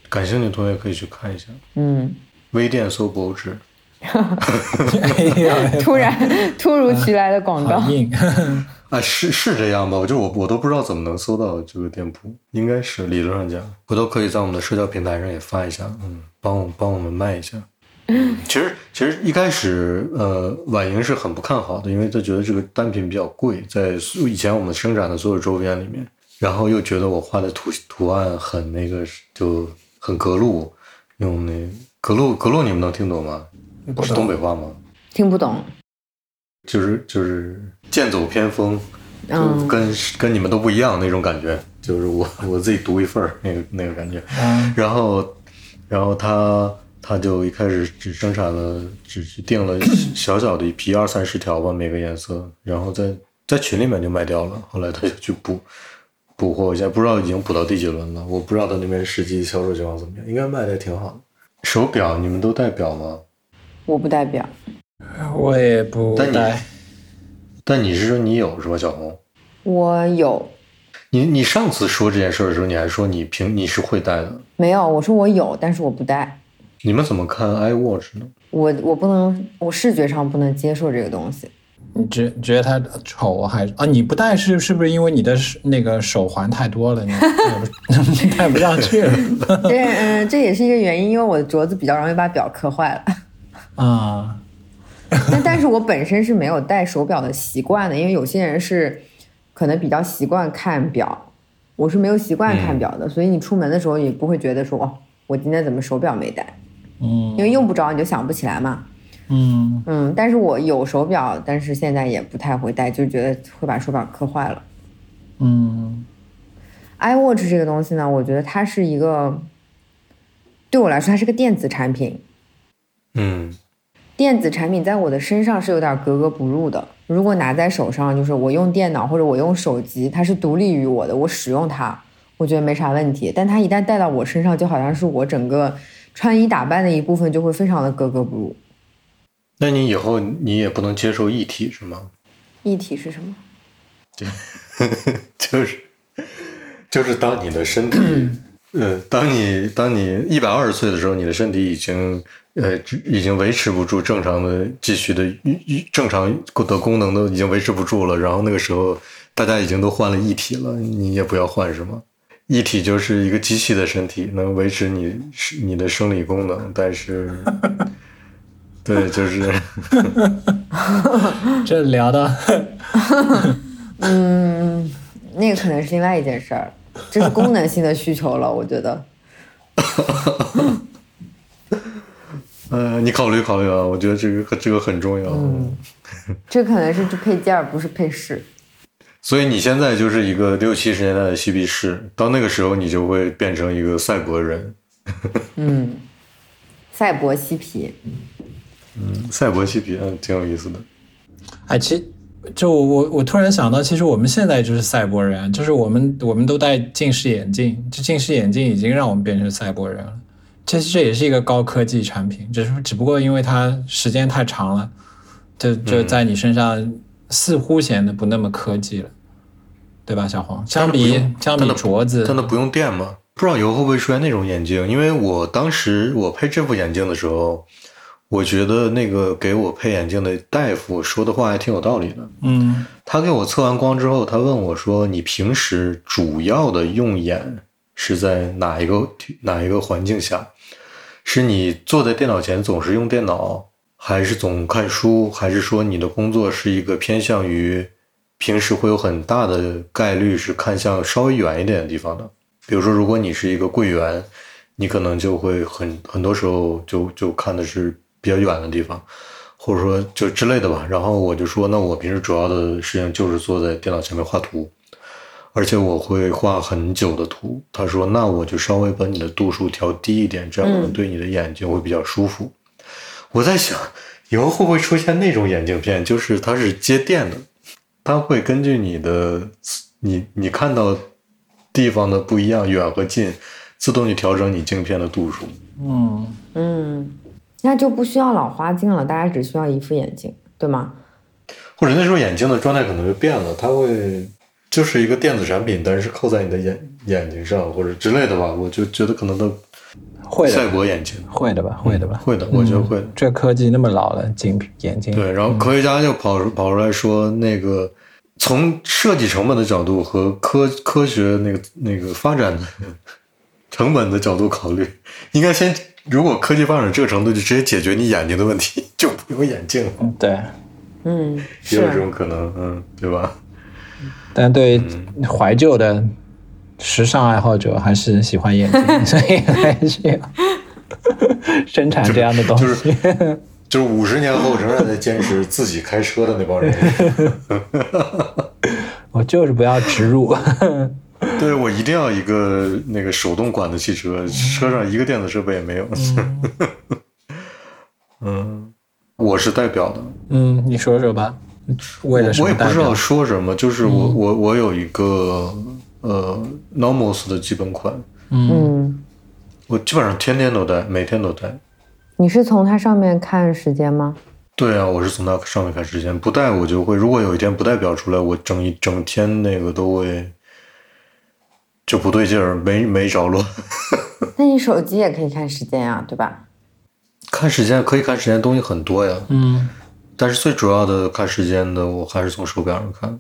感兴趣的同学可以去看一下。 嗯， 微店搜博智。 突然突如其来的广告， 好硬啊，是是这样吧？我就我我都不知道怎么能搜到这个店铺，应该是理论上讲，我都可以在我们的社交平台上也发一下，嗯，帮我帮我们卖一下。其实其实一开始，呃，婉莹是很不看好的，因为他觉得这个单品比较贵，在以前我们生产的所有周边里面，然后又觉得我画的图图案很那个，就很格路，用那格路格路，你们能听懂吗？是东北话吗？ 听不懂。 就是就是剑走偏锋，就跟、嗯、跟你们都不一样那种感觉，就是我我自己独一份儿那个那个感觉。嗯、然后然后他他就一开始只生产了，只是定了小小的一批二三十条吧，每个颜色，然后在在群里面就卖掉了。后来他就去补补货，现在不知道已经补到第几轮了，我不知道他那边实际销售情况怎么样，应该卖的也挺好的。手表你们都戴表吗？ 我不戴表。 我也不戴。 但你但你是说你有是吧，小红？ 我有。 你你上次说这件事的时候，你还说你平你是会戴的。 没有，我说我有，但是我不戴。 你们怎么看 iWatch 呢？ 我我不能，我视觉上不能接受这个东西。 你觉觉得它丑还是啊？你不戴是是不是因为你的那个手环太多了，你戴不上去了？ 对，嗯、呃，这也是一个原因，因为我的镯子比较容易把表磕坏了。 啊。 但但是我本身是没有戴手表的习惯的，因为有些人是可能比较习惯看表，我是没有习惯看表的，嗯、所以你出门的时候也不会觉得说哦，我今天怎么手表没戴， 嗯， 因为用不着你就想不起来嘛， 嗯嗯，但是我有手表，但是现在也不太会戴，就觉得会把手表磕坏了， 嗯 ，iWatch 这个东西呢，我觉得它是一个，对我来说它是个电子产品， 嗯。 电子产品在我的身上是有点格格不入的。如果拿在手上，就是我用电脑或者我用手机，它是独立于我的，我使用它，我觉得没啥问题。但它一旦带到我身上，就好像是我整个穿衣打扮的一部分，就会非常的格格不入。 那你以后你也不能接受一体是吗？ 一体是什么？ 对，就是就是当你的身体，呃，当你当你一百二十岁的时候，你的身体已经。呃，已经维持不住正常的继续的正常的功能都已经维持不住了，然后那个时候大家已经都换了一体了，你也不要换是吗？一体就是一个机器的身体，能维持你你的生理功能，但是对，就是这聊到嗯，那个可能是另外一件事儿，这是功能性的需求了，我觉得。 呃，你考虑考虑啊，我觉得这个这个很重要。 嗯，这可能是配件不是配饰。 所以你现在就是一个六七十年代的嬉皮士，到那个时候你就会变成一个赛博人。 嗯，赛博嬉皮。 嗯，赛博嬉皮，嗯，挺有意思的。 哎，其实就我我突然想到，其实我们现在就是赛博人，就是我们我们都戴近视眼镜，这近视眼镜已经让我们变成赛博人了。其实这也是一个高科技产品，只是只不过因为它时间太长了，就就在你身上似乎显得不那么科技了，对吧，小黄？相比相比镯子， 真的不用电吗？不知道以后会不会出现那种眼镜？因为我当时我配这副眼镜的时候，我觉得那个给我配眼镜的大夫说的话还挺有道理的。 嗯， 他给我测完光之后，他问我说：“你平时主要的用眼是在哪一个哪一个环境下？”是你坐在电脑前总是用电脑，还是总看书，还是说你的工作是一个偏向于平时会有很大的概率是看向稍微远一点的地方的？比如说，如果你是一个柜员，你可能就会很很多时候就就看的是比较远的地方，或者说就之类的吧。然后我就说，那我平时主要的事情就是坐在电脑前面画图。而且我会画很久的图，他说那我就稍微把你的度数调低一点，这样可能对你的眼睛会比较舒服。嗯、我在想以后会不会出现那种眼镜片，就是它是接电的，它会根据你的你你看到地方的不一样，远和近，自动去调整你镜片的度数。 嗯嗯，那就不需要老花镜了，大家只需要一副眼镜，对吗？ 或者那时候眼镜的状态可能就变了，它会就是一个电子产品，但是扣在你的眼眼睛上或者之类的吧，我就觉得可能都会的， 赛博眼镜会的吧，会的吧， 嗯、会的，我觉得会的、嗯。 这科技那么老了，镜眼镜。 对，然后科学家就跑出、嗯、跑出来说，那个从设计成本的角度和科科学那个那个发展的成本的角度考虑，应该先。如果科技发展这个程度，就直接解决你眼睛的问题，就不用眼镜了。 对， 嗯， 也有这种可能，嗯，对吧？ 但对怀旧的时尚爱好者还是喜欢眼镜，所以还是要生产这样的东西。 就是就是就是五十年后仍然在坚持自己开车的那帮人。 我就是不要植入。 对，我一定要一个那个手动管的汽车，车上一个电子设备也没有。嗯，嗯我是戴表的。 嗯，你说说吧。为了什么戴表？ 我也不知道说什么，就是我、嗯、我我有一个呃 Nomos 的基本款。 嗯， 我基本上天天都戴，每天都戴。 你是从它上面看时间吗？ 对啊，我是从它上面看时间，不戴我就会，如果有一天不戴表出来，我整一整天那个都会。就不对劲儿，没没着落。 那你手机也可以看时间呀、啊，对吧？ 看时间可以看时间的东西很多呀， 嗯， 但是最主要的看时间的，我还是从手表上看。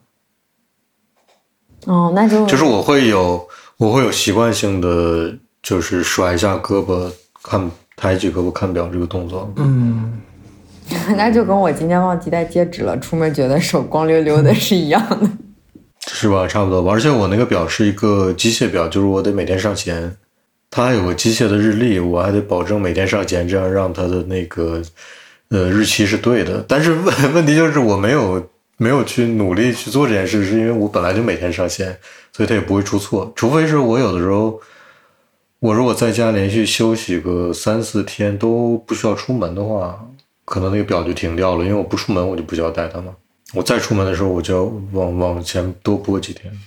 哦，那就就是我会有我会有习惯性的，就是甩一下胳膊看，抬起胳膊看表这个动作。 嗯， 那就跟我今天忘记带戒指了，出门觉得手光溜溜的是一样的。 是吧？差不多吧。而且我那个表是一个机械表，就是我得每天上弦，它还有个机械的日历，我还得保证每天上弦，这样让它的那个呃日期是对的。但是问问题就是我没有没有去努力去做这件事，是因为我本来就每天上弦，所以它也不会出错。除非是我有的时候，我如果在家连续休息个三四天都不需要出门的话，可能那个表就停掉了，因为我不出门我就不需要带它嘛。我再出门的时候，我就要往往前多拨几天。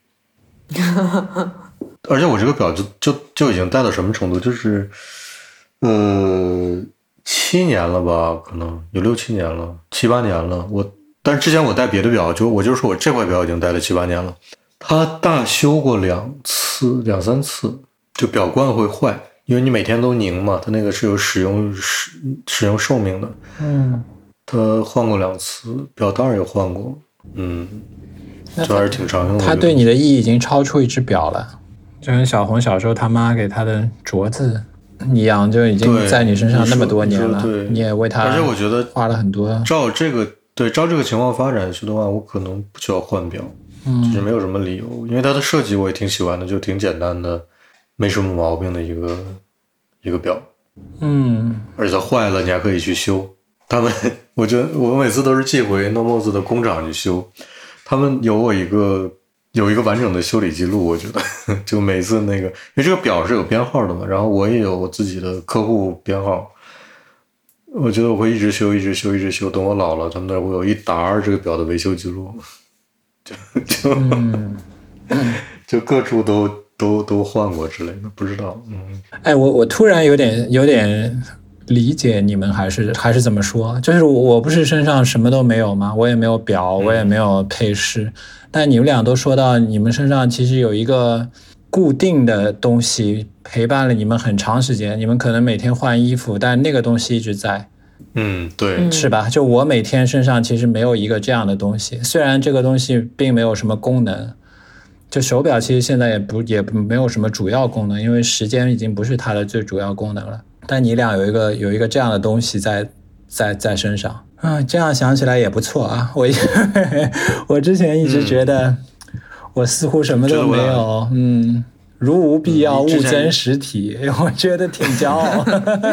而且我这个表就就就已经戴到什么程度，就是呃七年了吧，可能有六七年了，七八年了。我但是之前我戴别的表，就我就说我这块表已经戴了七八年了，它大修过两次两三次，就表冠会坏，因为你每天都拧嘛，它那个是有使用使使用寿命的。 嗯。 他换过两次，表带也换过，嗯，这还是挺常用的。 他对你的意义已经超出一只表了，就跟小红小时候他妈给他的镯子一样，就已经在你身上那么多年了， 你, 你也为他， 而且我觉得花了很多。 照这个对照这个情况发展去的话，我可能不需要换表， 嗯， 就是没有什么理由，因为它的设计我也挺喜欢的，就挺简单的，没什么毛病的一个一个表， 嗯， 而且它坏了你还可以去修。他们，我觉得我每次都是寄回 Nomos 的工厂去修，他们有我一个有一个完整的修理记录，我觉得就每次那个，因为这个表是有编号的嘛，然后我也有我自己的客户编号，我觉得我会一直修，一直修，一直修，等我老了，他们那会有一沓这个表的维修记录，就就、 嗯、 就各处都都都换过之类的，不知道，嗯， 哎，我我突然有点有点。理解你们还是还是怎么说，就是我不是身上什么都没有吗？我也没有表，我也没有配饰，但你们俩都说到你们身上其实有一个固定的东西陪伴了你们很长时间，你们可能每天换衣服，但那个东西一直在。 嗯，对， 是吧？就我每天身上其实没有一个这样的东西，虽然这个东西并没有什么功能，就手表其实现在也不也没有什么主要功能，因为时间已经不是它的最主要功能了。但你俩有一个有一个这样的东西在在在身上，嗯，这样想起来也不错啊。我我之前一直觉得、嗯、我似乎什么都没有，嗯，如无必要勿增实体，我觉得挺骄傲。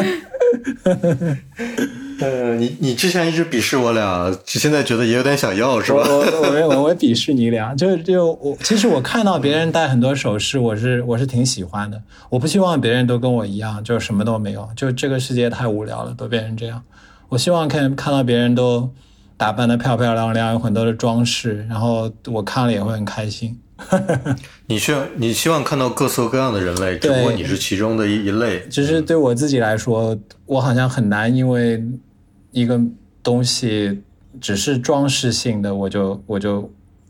呃，你你之前一直鄙视我俩，现在觉得也有点想要，是吧？ 我我我我鄙视你俩，就就我其实我看到别人戴很多首饰，我是我是挺喜欢的。我不希望别人都跟我一样，就什么都没有，就这个世界太无聊了，都变成这样。我希望看看到别人都打扮得漂漂亮亮，有很多的装饰，然后我看了也会很开心。 你需要你希望看到各色各样的人类，只不过你是其中的一一类。 只是对我自己来说，我好像很难因为一个东西只是装饰性的，我就我就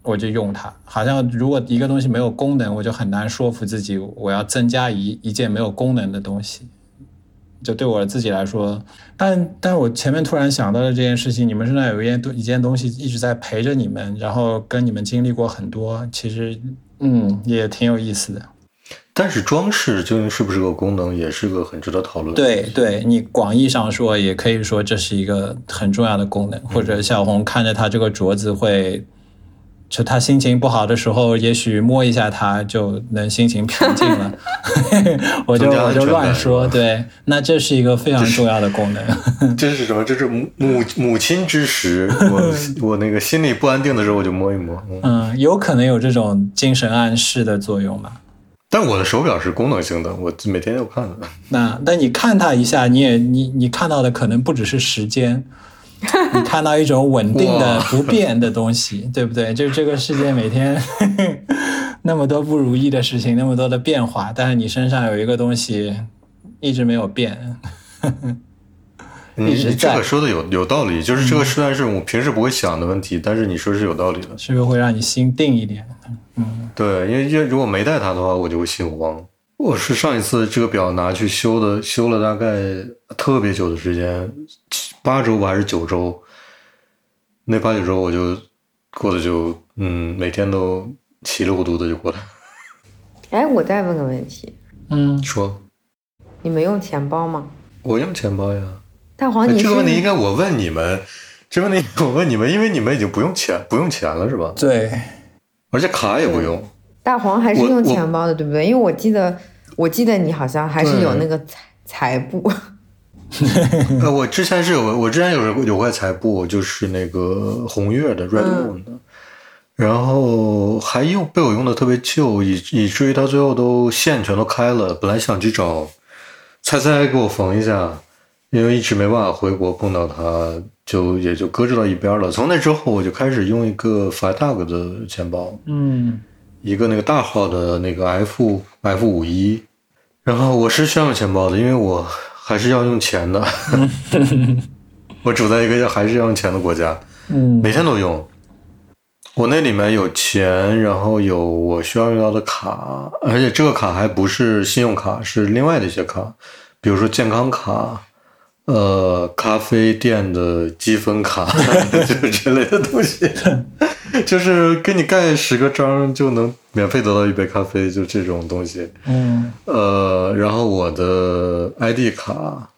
我就用它。好像如果一个东西没有功能，我就很难说服自己我要增加一一件没有功能的东西。就对我自己来说，但但我前面突然想到了这件事情，你们身上有一件一件东西一直在陪着你们，然后跟你们经历过很多，其实嗯也挺有意思的。 但是装饰究竟是不是个功能，也是个很值得讨论的。 对对，你广义上说，也可以说这是一个很重要的功能。或者小红看着他这个镯子会，就他心情不好的时候，也许摸一下它就能心情平静了。我就我就乱说，对，那这是一个非常重要的功能。 这是什么？这是母母母亲之时，我我那个心里不安定的时候，我就摸一摸。 嗯, 嗯，有可能有这种精神暗示的作用吧。 但我的手表是功能性的，我每天都看的。 那但你看它一下，你也你你看到的可能不只是时间，你看到一种稳定的不变的东西，对不对？就这个世界每天呵呵那么多不如意的事情，那么多的变化，但是你身上有一个东西一直没有变。呵呵你你这个说的有有道理，就是这个虽然是我平时不会想的问题，嗯、但是你说是有道理的， 是不是会让你心定一点？ 嗯，对，因为因为如果没带它的话，我就会心慌。我是上一次这个表拿去修的，修了大概特别久的时间，八周吧还是九周？那八九周我就过得就嗯，每天都稀里糊涂的就过来。 哎，我再问个问题， 嗯， 说， 你们用钱包吗？ 我用钱包呀。 大黄，你这个问题应该我问你们，这个问题我问你们，因为你们已经不用钱，不用钱了是吧？ 对， 而且卡也不用。 大黄还是用钱包的，对不对？因为我记得，我记得你好像还是有那个财财布。 呃，我之前是有，我之前有有块财布，就是那个红月的 Red Moon 的，嗯、然后还用被我用的特别旧，以以至于到最后都线全都开了。本来想去找猜猜给我缝一下。因为一直没办法回国碰到它，就也就搁置到一边了。从那之后，我就开始用一个 Flytag 的钱包， 嗯， 一个那个大号的那个 F F 五一。然后我是需要用钱包的，因为我还是要用钱的。我处在一个还是要用钱的国家， 嗯， 每天都用。我那里面有钱，然后有我需要用到的卡，而且这个卡还不是信用卡，是另外的一些卡，比如说健康卡。呃，咖啡店的积分卡，就之类的东西，就是给你盖十个章就能免费得到一杯咖啡，就这种东西。 嗯， 呃，然后我的 I D 卡，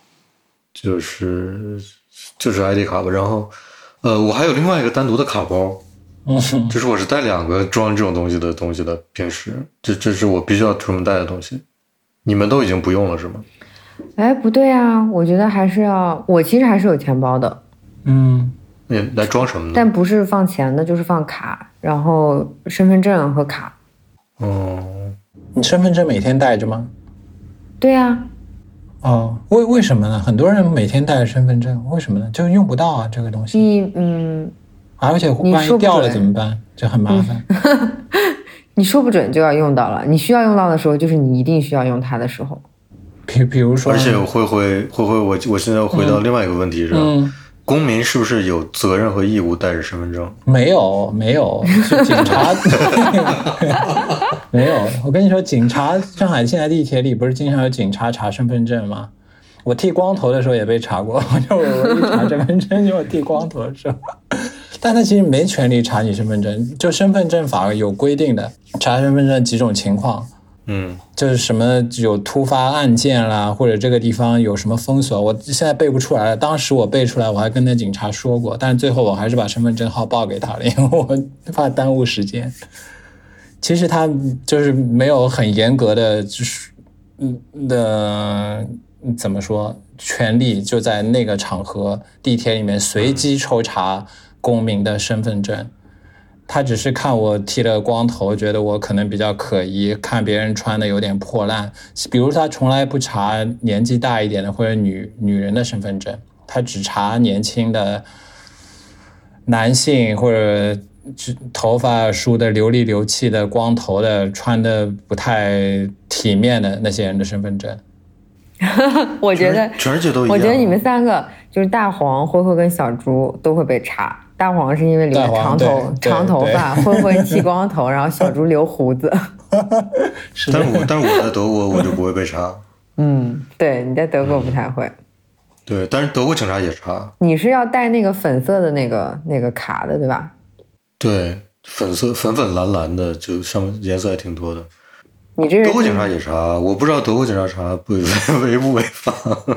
就是就是 I D 卡吧。然后，呃，我还有另外一个单独的卡包， 嗯， 就是我是带两个装这种东西的东西的。平时，这这是我必须要出门带的东西。你们都已经不用了是吗？ 哎，不对啊，我觉得还是要，我其实还是有钱包的。 嗯， 你来装什么呢？ 但不是放钱的，就是放卡，然后身份证和卡。 哦， 你身份证每天带着吗？ 对啊。 哦，为为什么呢？很多人每天带着身份证，为什么呢？就用不到啊，这个东西。 你嗯， 而且万一掉了怎么办？就很麻烦。 你说不准就要用到了，你需要用到的时候，就是你一定需要用它的时候。 比比如说， 而且会会会会，我我现在回到另外一个问题上， 嗯， 公民是不是有责任和义务带着身份证？ 没有，没有，警察没有。我跟你说，警察，上海现在地铁里不是经常有警察查身份证吗？我剃光头的时候也被查过，就我一查身份证，就我剃光头的时候。但他其实没权利查你身份证，就身份证法有规定的，查身份证几种情况。 嗯， 就是什么有突发案件啦，或者这个地方有什么封锁，我现在背不出来了。当时我背出来，我还跟那警察说过，但是最后我还是把身份证号报给他了，因为我怕耽误时间。其实他就是没有很严格的，就是嗯的怎么说，权利就在那个场合地铁里面随机抽查公民的身份证。他只是看我剃了光头，觉得我可能比较可疑，看别人穿的有点破烂。比如他从来不查年纪大一点的或者女女人的身份证，他只查年轻的男性或者头发梳的流里流气的光头的穿的不太体面的那些人的身份证。 我觉得全世界都一样。 我觉得你们三个就是大黄、灰灰跟小猪都会被查。 大黄是因为留长头长头发，混混剃光头，然后小猪留胡子。 是但是我但是我在德国我就不会被查。 嗯，对，你在德国不太会。嗯、 对，但是德国警察也查。 你是要带那个粉色的那个那个卡的，对吧？ 对，粉色粉粉蓝蓝的，就上面颜色还挺多的。 你这德国警察也查，我不知道德国警察查不违不违法，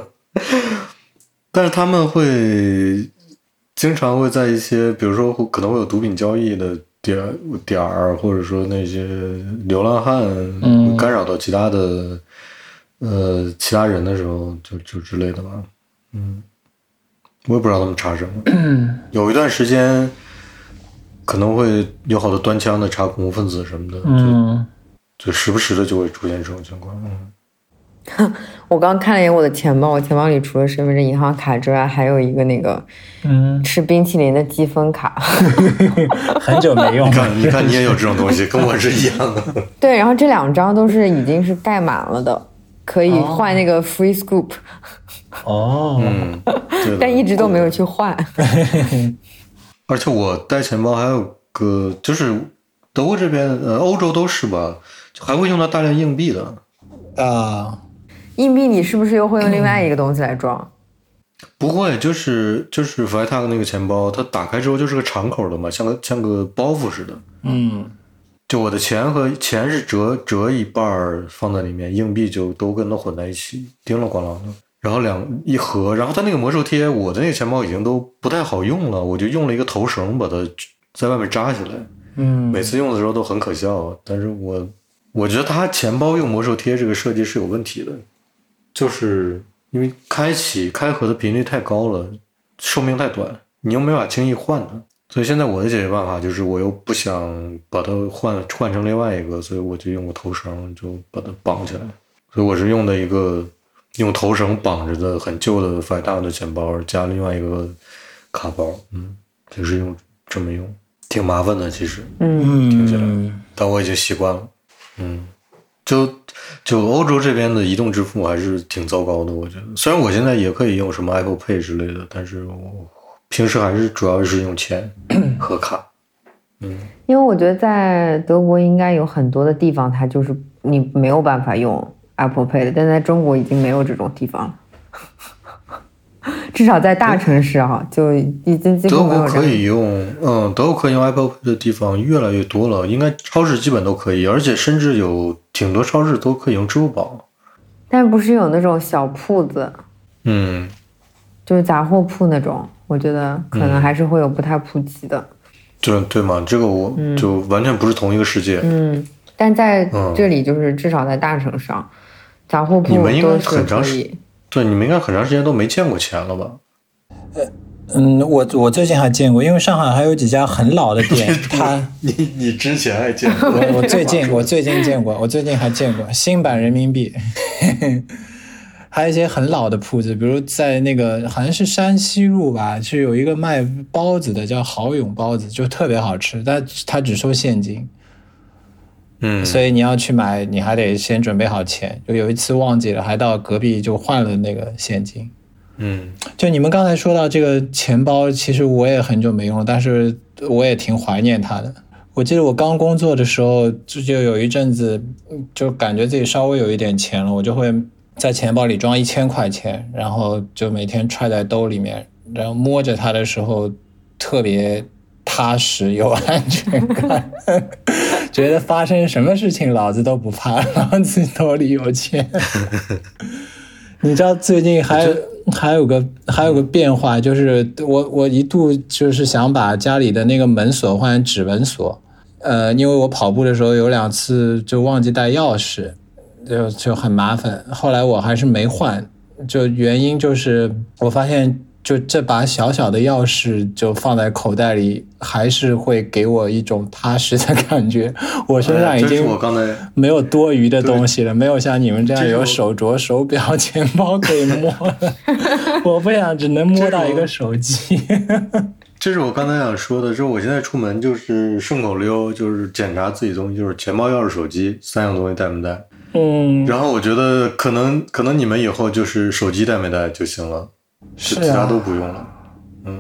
但是他们会经常会在一些，比如说可能会有毒品交易的点点儿，或者说那些流浪汉干扰到其他的、嗯、呃其他人的时候，就就之类的吧。嗯，我也不知道他们查什么。嗯、有一段时间可能会有好多端枪的查恐怖分子什么的。嗯。就时不时的就会出现这种情况。 嗯，我刚看了一眼我的钱包，我钱包里除了身份证、银行卡之外，还有一个那个，嗯，吃冰淇淋的积分卡。 很久没用了。 你看，你看，你也有这种东西，跟我是一样的。 对，然后这两张都是已经是盖满了的，可以换那个 free scoop。 哦， 嗯，对， 但一直都没有去换。 而且我带钱包还有个就是。德国这边呃欧洲都是吧，还会用到大量硬币的啊。 硬币你是不是又会用另外一个东西来装？ 嗯、不会，就是就是 Freitag 那个钱包，它打开之后就是个敞口的嘛，像个像个包袱似的。 嗯， 就我的钱和钱是折折一半放在里面，硬币就都跟它混在一起，叮了咣啷的。然后两一合，然后它那个魔兽贴，我的那个钱包已经都不太好用了，我就用了一个头绳把它在外面扎起来。 嗯， 每次用的时候都很可笑，但是我我觉得他钱包用魔兽贴这个设计是有问题的，就是因为开启开合的频率太高了，寿命太短，你又没法轻易换它，所以现在我的解决办法就是我又不想把它换换成另外一个，所以我就用个头绳就把它绑起来，所以我是用的一个用头绳绑着的很旧的 Freitag 的钱包加另外一个卡包，嗯，就是用这么用。挺麻烦的，其实， 嗯， 听起来，但我已经习惯了，嗯，就就欧洲这边的移动支付还是挺糟糕的，我觉得。虽然我现在也可以用什么 Apple Pay 之类的，但是我平时还是主要是用钱和卡，嗯， 因为我觉得在德国应该有很多的地方，它就是你没有办法用 Apple Pay 的，但在中国已经没有这种地方了。至少在大城市哈、啊，就已经几乎没有。 德国可以用，嗯，德国可以用 Apple Pay 的地方越来越多了，应该超市基本都可以，而且甚至有挺多超市都可以用支付宝。 但不是有那种小铺子， 嗯， 就是杂货铺那种，我觉得可能还是会有不太普及的。 对、嗯、对嘛，这个我就完全不是同一个世界。 嗯，但在这里就是至少在大城市上，杂货铺都是可以。 对，你们应该很长时间都没见过钱了吧？ 呃，嗯，我我最近还见过，因为上海还有几家很老的店，它你你之前还见过？ 我我最近我最近见过，我最近还见过新版人民币，还有一些很老的铺子，比如在那个好像是山西路吧，是有一个卖包子的，叫豪永包子，就特别好吃，但它只收现金。 嗯， 所以你要去买，你还得先准备好钱。就有一次忘记了，还到隔壁就换了那个现金。 嗯， 就你们刚才说到这个钱包，其实我也很久没用了，但是我也挺怀念它的。我记得我刚工作的时候，就就有一阵子，就感觉自己稍微有一点钱了，我就会在钱包里装一千块钱，然后就每天揣在兜里面，然后摸着它的时候特别踏实有安全感。觉得发生什么事情老子都不怕，然后自己兜里有钱。你知道最近还还有个还有个变化，就是我我一度就是想把家里的那个门锁换成指纹锁，呃，因为我跑步的时候有两次就忘记带钥匙，就就很麻烦。后来我还是没换，就原因就是我发现。就这把小小的钥匙就放在口袋里，还是会给我一种踏实的感觉。我身上已经没有多余的东西了，没有像你们这样有手镯、手表、钱包可以摸了。我不想只能摸到一个手机。 这是我刚才想说的，就是我现在出门就是顺口溜，就是检查自己东西，就是钱包、钥匙、手机三样东西带没带。 嗯， 然后我觉得可能可能你们以后就是手机带没带就行了。 是其他都不用了，嗯，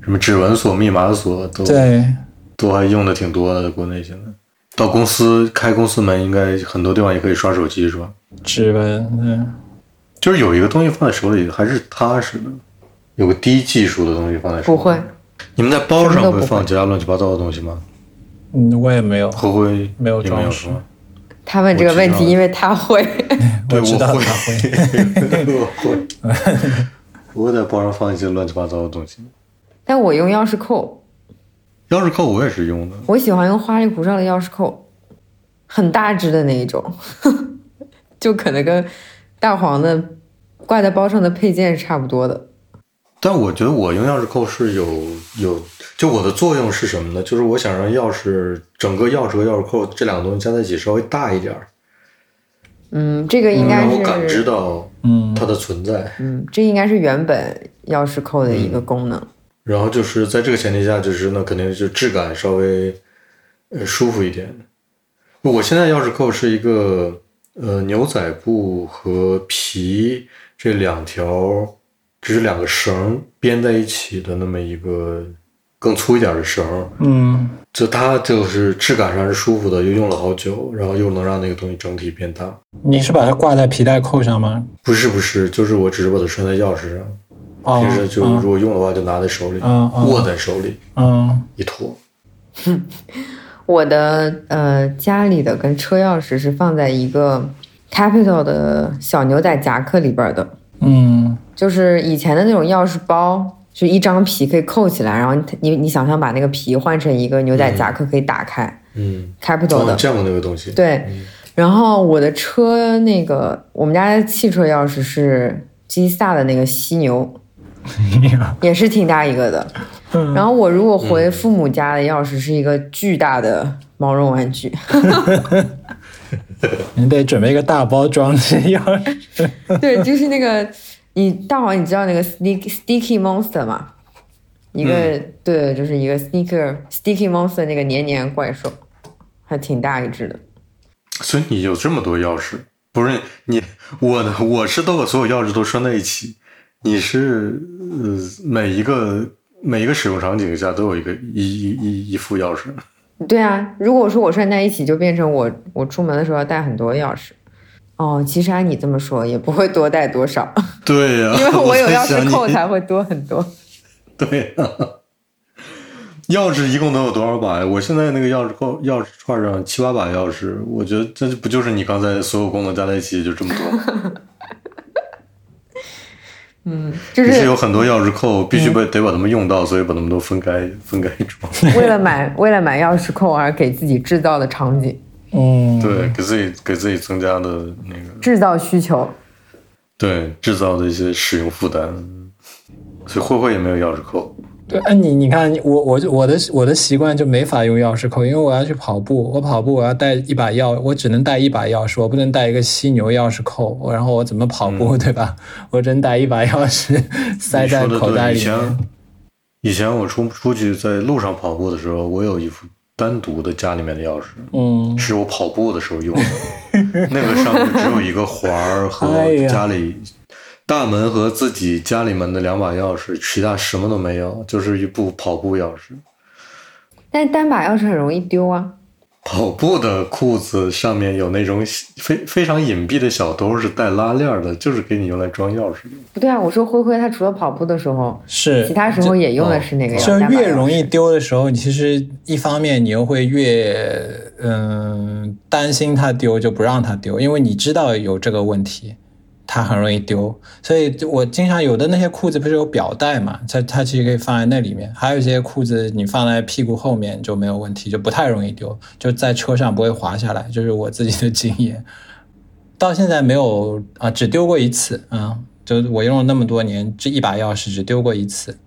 什么指纹锁、密码锁都对， 都还用的挺多的。国内现在到公司开公司门，应该很多地方也可以刷手机，是吧？ 指纹，嗯， 就是有一个东西放在手里还是踏实的，有个低技术的东西放在手里。 不会。 你们在包上会放其他乱七八糟的东西吗？ 嗯，我也没有。 会不会没有装饰？ 他问这个问题，因为他会。 对， 我知道他会。 我会。我会在包上放一些乱七八糟的东西。 但我用钥匙扣。 钥匙扣我也是用的。 我喜欢用花里胡哨的钥匙扣，很大只的那一种，就可能跟大黄的挂在包上的配件是差不多的。 但我觉得我用钥匙扣是有有，就我的作用是什么呢？就是我想让钥匙整个钥匙和钥匙扣这两个东西加在一起稍微大一点。 嗯，这个应该是、 嗯、让我感知到它的存在。 嗯，这应该是原本钥匙扣的一个功能。 嗯、然后就是在这个前提下，就是那肯定就质感稍微呃舒服一点。我现在钥匙扣是一个呃牛仔布和皮这两条。只是两个绳编在一起的那么一个更粗一点的绳， 嗯， 就它就是质感上是舒服的，又用了好久，然后又能让那个东西整体变大。 你是把它挂在皮带扣上吗？ 不是不是，就是我只是把它拴在钥匙上，哦、平时就如果用的话就拿在手里， 嗯、 握在手里， 嗯， 一拖。 我的呃家里的跟车钥匙是放在一个 Capital 的小牛仔夹克里边的， 嗯。 就是以前的那种钥匙包，就一张皮可以扣起来，然后你你想想把那个皮换成一个牛仔夹克可以打开， 嗯 ，Capital 的、 哦、这样的那个东西。 对、 嗯， 然后我的车那个我们家的汽车钥匙是基萨的那个犀牛，也是挺大一个的。然后我如果回父母家的钥匙是一个巨大的毛绒玩具。 你得准备一个大包装这钥匙。 对，就是那个。你大黄，你知道那个 Sticky Sticky Monster 吗？一个、嗯、对，就是一个 Sticker Sticky Monster 那个黏黏怪兽，还挺大一只的。 所以你有这么多钥匙？不是你，我的我是都把所有钥匙都拴在一起，你是呃每一个每一个使用场景下都有一个一一一一副钥匙。 对啊，如果说我拴在一起，就变成我我出门的时候要带很多钥匙。哦，其实按你这么说也不会多带多少。 对呀、啊， 因为我有钥匙扣才会多很多。 对呀、啊，钥匙一共都有多少把呀？我现在那个钥匙扣钥匙串上七八把钥匙，我觉得这不就是你刚才所有功能加在一起就这么多吗？ 嗯，就是你是有很多钥匙扣，必须得把它们用到，嗯、所以把它们都分开分开装。 为了买为了买钥匙扣而给自己制造的场景。 嗯， 对，给自己给自己增加的那个制造需求， 对，制造的一些使用负担，所以慧慧也没有钥匙扣。 对，哎，你你看，我我我的我的习惯就没法用钥匙扣，因为我要去跑步，我跑步我要带一把钥，我只能带一把钥匙，我不能带一个犀牛钥匙扣，然后我怎么跑步，嗯、对吧？我只能带一把钥匙塞在口袋里面。 以前以前我出出去在路上跑步的时候，我有一副单独的家里面的钥匙， 嗯， 是我跑步的时候用的。那个上面只有一个环儿和家里、哎、大门和自己家里门的两把钥匙，其他什么都没有，就是一部跑步钥匙。 但单把钥匙很容易丢啊。 跑步的裤子上面有那种非非常隐蔽的小兜，是带拉链的，就是给你用来装钥匙的。 不对啊，我说灰灰他除了跑步的时候， 是其他时候也用的是那个钥匙。 就越容易丢的时候，你其实一方面你又会越嗯担心它丢，就不让它丢，因为你知道有这个问题。它很容易丢，所以我经常有的那些裤子不是有表带嘛，它它其实可以放在那里面，还有一些裤子你放在屁股后面就没有问题，就不太容易丢，就在车上不会滑下来，就是我自己的经验。到现在没有啊，只丢过一次啊，就我用了那么多年，这一把钥匙只丢过一次。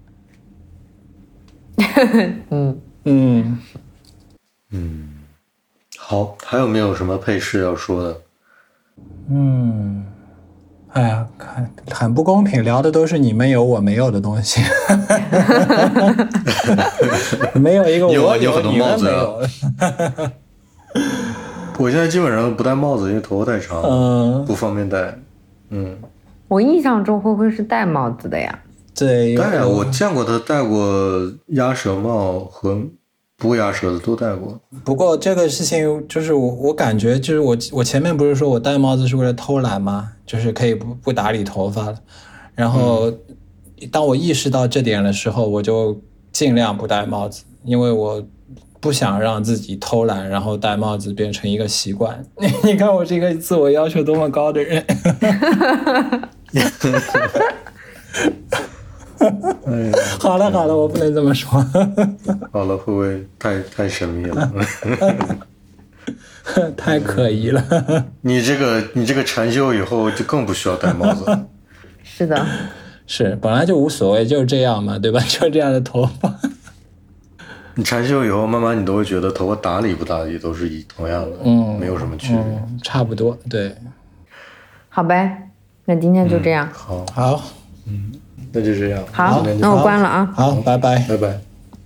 嗯嗯嗯，好，还有没有什么配饰要说的？ 嗯。哎呀，很很不公平，聊的都是你们有我没有的东西。没有一个我有， 有很多帽子啊。 我现在基本上不戴帽子，因为头发太长，嗯，不方便戴。嗯， 我印象中灰灰是戴帽子的呀。 对， 戴啊，我见过他戴过鸭舌帽和不鸭舌的都戴过。 不过这个事情就是我我感觉就是我我前面不是说我戴帽子是为了偷懒吗？就是可以不不打理头发了。然后、嗯、当我意识到这点的时候，我就尽量不戴帽子，因为我不想让自己偷懒，然后戴帽子变成一个习惯。你看我这个自我要求多么高的人。 哎、 好了好了，我不能这么说。 好了，会不会太太神秘了？ 太可疑了。 你这个你这个禅修以后就更不需要戴帽子了。 是的， 是本来就无所谓，就是这样嘛，对吧？就这样的头发。 你禅修以后，慢慢你都会觉得头发打理不打理都是一同样的， 嗯， 没有什么区别， 嗯、差不多，对。 好呗，那今天就这样。 嗯、好， 好， 嗯。那就这样， 好，那我关了啊。 好，拜拜， 拜拜。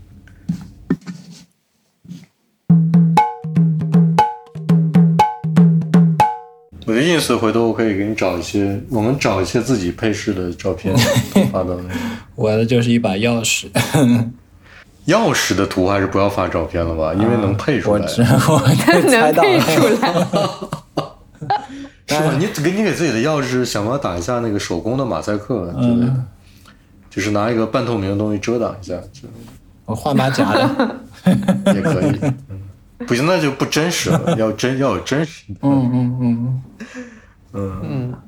我的 ins 回头我可以给你找一些，我们找一些自己配饰的照片发到那个。 我的就是一把钥匙。 钥匙的图还是不要发照片了吧，因为能配出来。 我知我猜到了。 能配出来。 是吧？你给你给自己的钥匙想办法打一下那个手工的马赛克之类的。嗯，就是拿一个半透明的东西遮挡一下， 我换把假的也可以。嗯，不行，那就不真实了，要真要有真实的。 嗯嗯嗯嗯嗯。